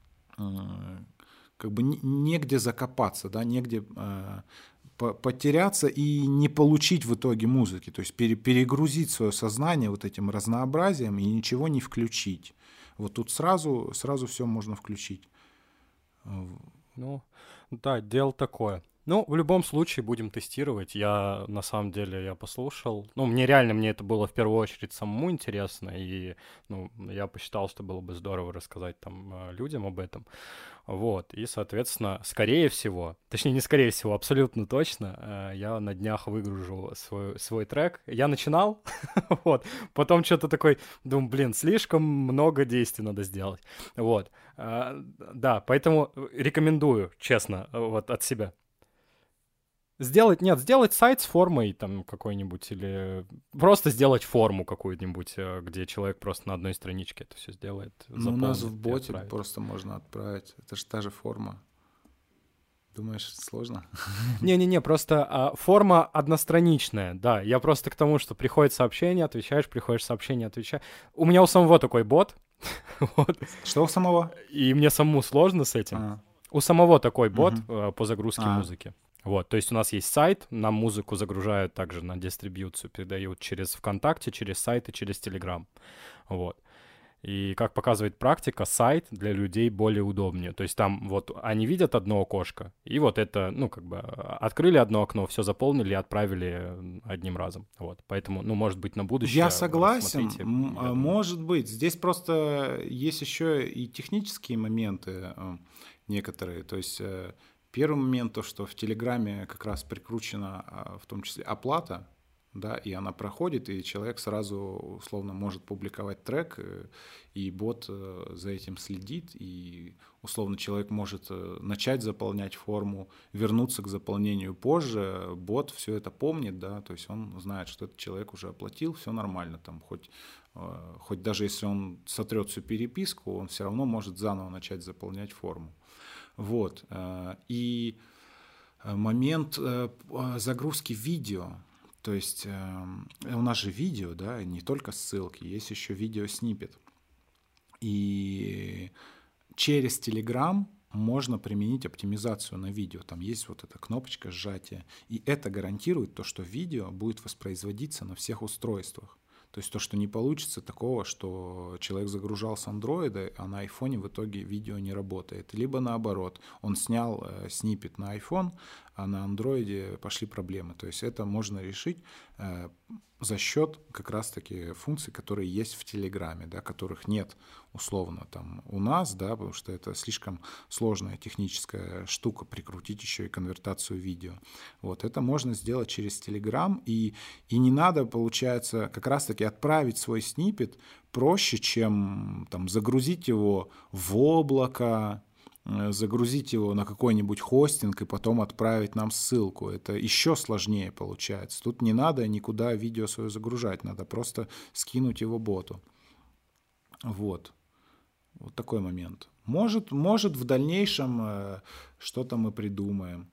как бы негде закопаться, да, негде потеряться и не получить в итоге музыки. То есть перегрузить свое сознание вот этим разнообразием и ничего не включить. Вот тут сразу все можно включить. Ну, да, дело такое. Ну, в любом случае будем тестировать. На самом деле, я послушал. Ну, мне это было в первую очередь самому интересно, и, я посчитал, что было бы здорово рассказать там людям об этом. Вот, и, соответственно, скорее всего, точнее, не скорее всего, абсолютно точно, я на днях выгружу свой трек. Я начинал, вот, потом что-то такой, думаю, слишком много действий надо сделать. Вот, да, поэтому рекомендую, честно, вот от себя. Сделать сайт с формой там какой-нибудь, или просто сделать форму какую-нибудь, где человек просто на одной страничке это все сделает. У нас в боте просто можно отправить. Это же та же форма. Думаешь, сложно? Не-не-не, просто форма одностраничная, да. Я просто к тому, что приходит сообщение, отвечаешь, приходишь сообщение, отвечаешь. У меня у самого такой бот. Что у самого? И мне самому сложно с этим. У самого такой бот Мгм. по загрузке А, музыки. Вот, то есть у нас есть сайт, нам музыку загружают также на дистрибьюцию, передают через ВКонтакте, через сайт и через Телеграм. Вот. И как показывает практика, сайт для людей более удобнее. То есть там вот они видят одно окошко, и вот это, ну, как бы открыли одно окно, все заполнили и отправили одним разом. Вот. Поэтому, ну, может быть, на я будущее согласен, рассмотрите, я думаю. может быть. Здесь просто есть еще и технические моменты некоторые. То есть первый момент то, что в Телеграме как раз прикручена в том числе оплата, да, и она проходит, и человек сразу условно может публиковать трек, и бот за этим следит, и условно человек может начать заполнять форму, вернуться к заполнению позже, бот все это помнит, да, то есть он знает, что этот человек уже оплатил, все нормально, там хоть даже если он сотрет всю переписку, он все равно может заново начать заполнять форму. Вот. И момент загрузки видео. То есть у нас же видео, да, не только ссылки, есть еще видео-сниппет. И через Telegram можно применить оптимизацию на видео. Там есть вот эта кнопочка сжатия. И это гарантирует то, что видео будет воспроизводиться на всех устройствах. То есть то, что не получится такого, что человек загружал с андроида, а на айфоне в итоге видео не работает. Либо наоборот, он снял сниппет на iPhone, а на андроиде пошли проблемы. То есть это можно решить за счет как раз-таки функций, которые есть в Телеграме, да, которых нет условно там у нас, да, потому что это слишком сложная техническая штука, прикрутить еще и конвертацию видео. Вот, это можно сделать через Telegram, и не надо, получается, как раз-таки отправить свой сниппет проще, чем там загрузить его в облако, загрузить его на какой-нибудь хостинг и потом отправить нам ссылку. Это еще сложнее получается. Тут не надо никуда видео свое загружать, надо просто скинуть его боту. Вот. Вот такой момент. Может в дальнейшем что-то мы придумаем.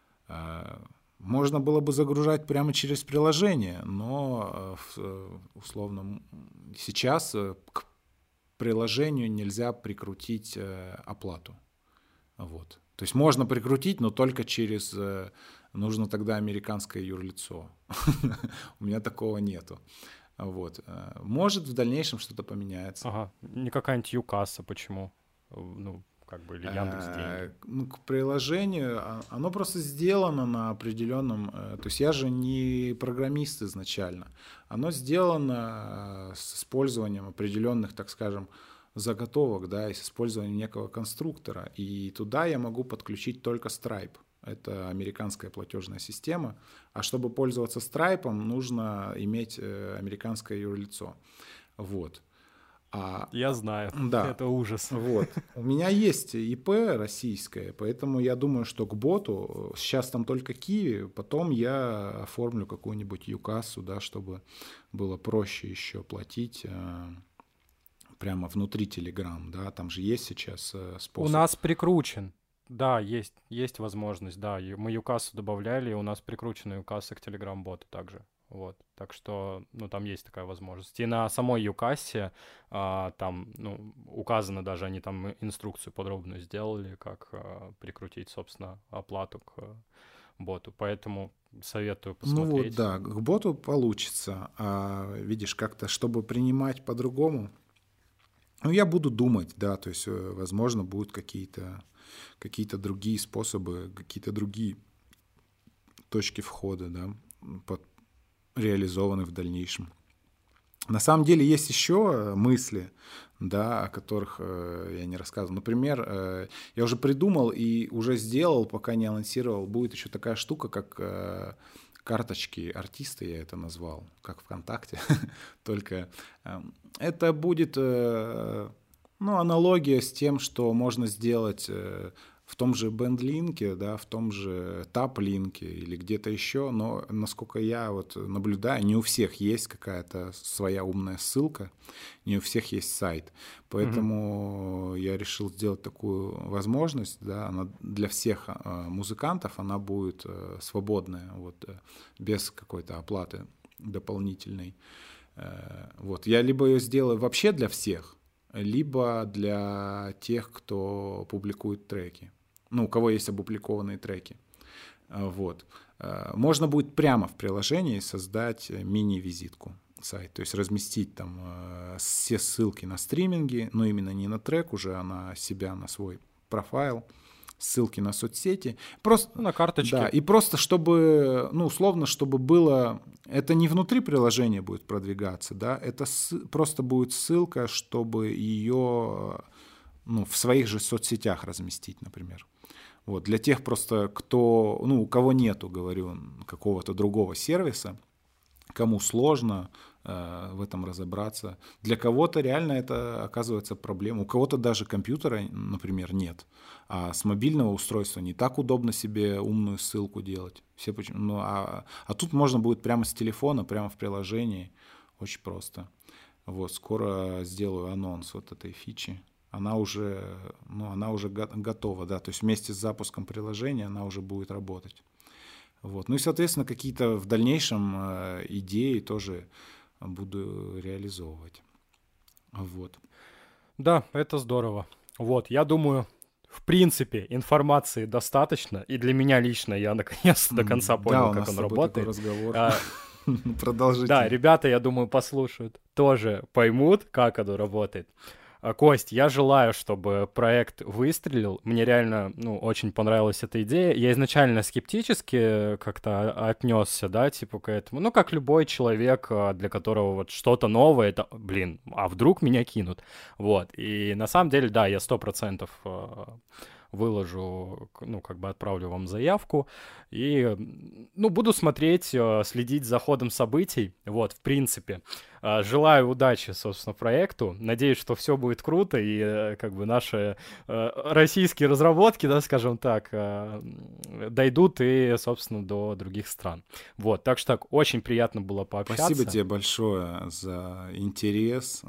Можно было бы загружать прямо через приложение, но условно сейчас к приложению нельзя прикрутить оплату. Вот. То есть можно прикрутить, но только через... Нужно тогда американское юрлицо. У меня такого нету. Вот. Может, в дальнейшем что-то поменяется. Ага, не какая-нибудь Юкасса, почему? Ну, как бы, или Яндекс Деньги. Ну, к приложению, оно просто сделано на определенном... То есть я же не программист изначально. Оно сделано с использованием определенных, так скажем, заготовок, да, и с использованием некого конструктора. И туда я могу подключить только Stripe. Это американская платежная система. А чтобы пользоваться Stripe, нужно иметь американское юрлицо. Вот. Я знаю, Да, это ужас. вот. У меня есть ИП российское, поэтому я думаю, что к боту, сейчас там только Киви, потом я оформлю какую-нибудь Юкассу, да, чтобы было проще еще платить прямо внутри Telegram, да, там же есть сейчас У способ. нас прикручен. Да, есть возможность, да. Мы Юкассу добавляли, и у нас прикручена Юкасса к Telegram-боту также. Вот, так что, ну, там есть такая возможность. И на самой Юкассе там, ну, указано даже, они там инструкцию подробную сделали, как прикрутить, собственно, оплату к боту. Поэтому советую Ну вот, посмотреть. да, к боту получится, а видишь, как-то, чтобы принимать по-другому, ну, я буду думать, да, то есть, возможно, будут какие-то другие способы, какие-то другие точки входа, да, реализованы в дальнейшем. На самом деле есть еще мысли, да, о которых я не рассказывал. Например, я уже придумал и уже сделал, пока не анонсировал, будет еще такая штука, как карточки артиста, я это назвал, как ВКонтакте, только это будет, ну, аналогия с тем, что можно сделать в том же BandLink, да, в том же TapLink или где-то еще, но насколько я вот наблюдаю, не у всех есть какая-то своя умная ссылка, не у всех есть сайт, поэтому я решил сделать такую возможность, да, она для всех музыкантов она будет свободная, вот, без какой-то оплаты дополнительной. Вот, я либо ее сделаю вообще для всех, либо для тех, кто публикует треки. у кого есть опубликованные треки. Вот. Можно будет прямо в приложении создать мини-визитку сайт, то есть разместить там все ссылки на стриминги, но именно не на трек уже, а на себя, на свой профайл, ссылки на соцсети. Просто, на карточке. Да, и просто чтобы, условно, чтобы было... Это не внутри приложения будет продвигаться, да, это просто будет ссылка, чтобы ее в своих же соцсетях разместить, например. Вот, для тех просто, кто, у кого нету, говорю, какого-то другого сервиса, кому сложно в этом разобраться. Для кого-то реально это оказывается проблема. У кого-то даже компьютера, например, нет. А с мобильного устройства не так удобно себе умную ссылку делать. Все почему? А тут можно будет прямо с телефона, прямо в приложении. Очень просто. Вот, скоро сделаю анонс вот этой фичи. Она уже готова, да, то есть вместе с запуском приложения она уже будет работать. Вот. Ну и, соответственно, какие-то в дальнейшем идеи тоже буду реализовывать. Вот. Да, это здорово. Вот, я думаю, в принципе, информации достаточно, и для меня лично я наконец-то до конца понял, как он работает. Такой разговор. Продолжите. Да, ребята, я думаю, послушают, тоже поймут, как оно работает. Кость, я желаю, чтобы проект выстрелил. Мне реально, очень понравилась эта идея. Я изначально скептически как-то отнесся, да, типа к этому. Как любой человек, для которого вот что-то новое, это, а вдруг меня кинут? Вот. И на самом деле, да, я 100% выложу, отправлю вам заявку и, буду смотреть, следить за ходом событий, вот, в принципе. Желаю удачи, собственно, проекту, надеюсь, что все будет круто и, наши российские разработки, да, скажем так, дойдут и, собственно, до других стран. Вот, так что очень приятно было пообщаться. Спасибо тебе большое за интерес,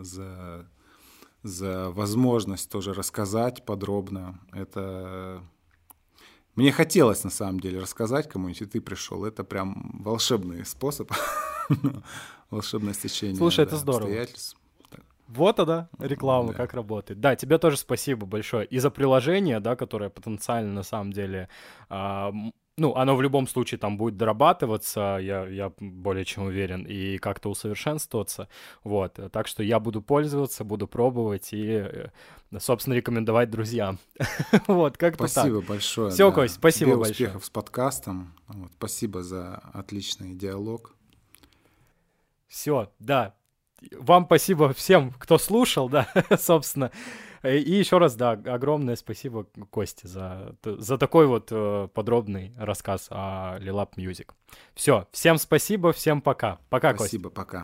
за возможность тоже рассказать подробно. Это мне хотелось на самом деле рассказать кому-нибудь, и ты пришел. Это прям волшебный способ, волшебное стечение. Слушай, это здорово. Вот она, реклама, как работает. Да, тебе тоже спасибо большое и за приложение, да, которое потенциально на самом деле... оно в любом случае там будет дорабатываться, я более чем уверен, и как-то усовершенствоваться, вот, так что я буду пользоваться, буду пробовать и, собственно, рекомендовать друзьям, вот, как-то так. Спасибо большое. Все, Кость, спасибо тебе большое. Успехов с подкастом, вот, спасибо за отличный диалог. Все, да, вам спасибо всем, кто слушал, да, собственно. И еще раз, да, огромное спасибо, Косте, за такой вот подробный рассказ о Lilab Music. Все, всем спасибо, всем пока. Пока, Костя. Спасибо, пока.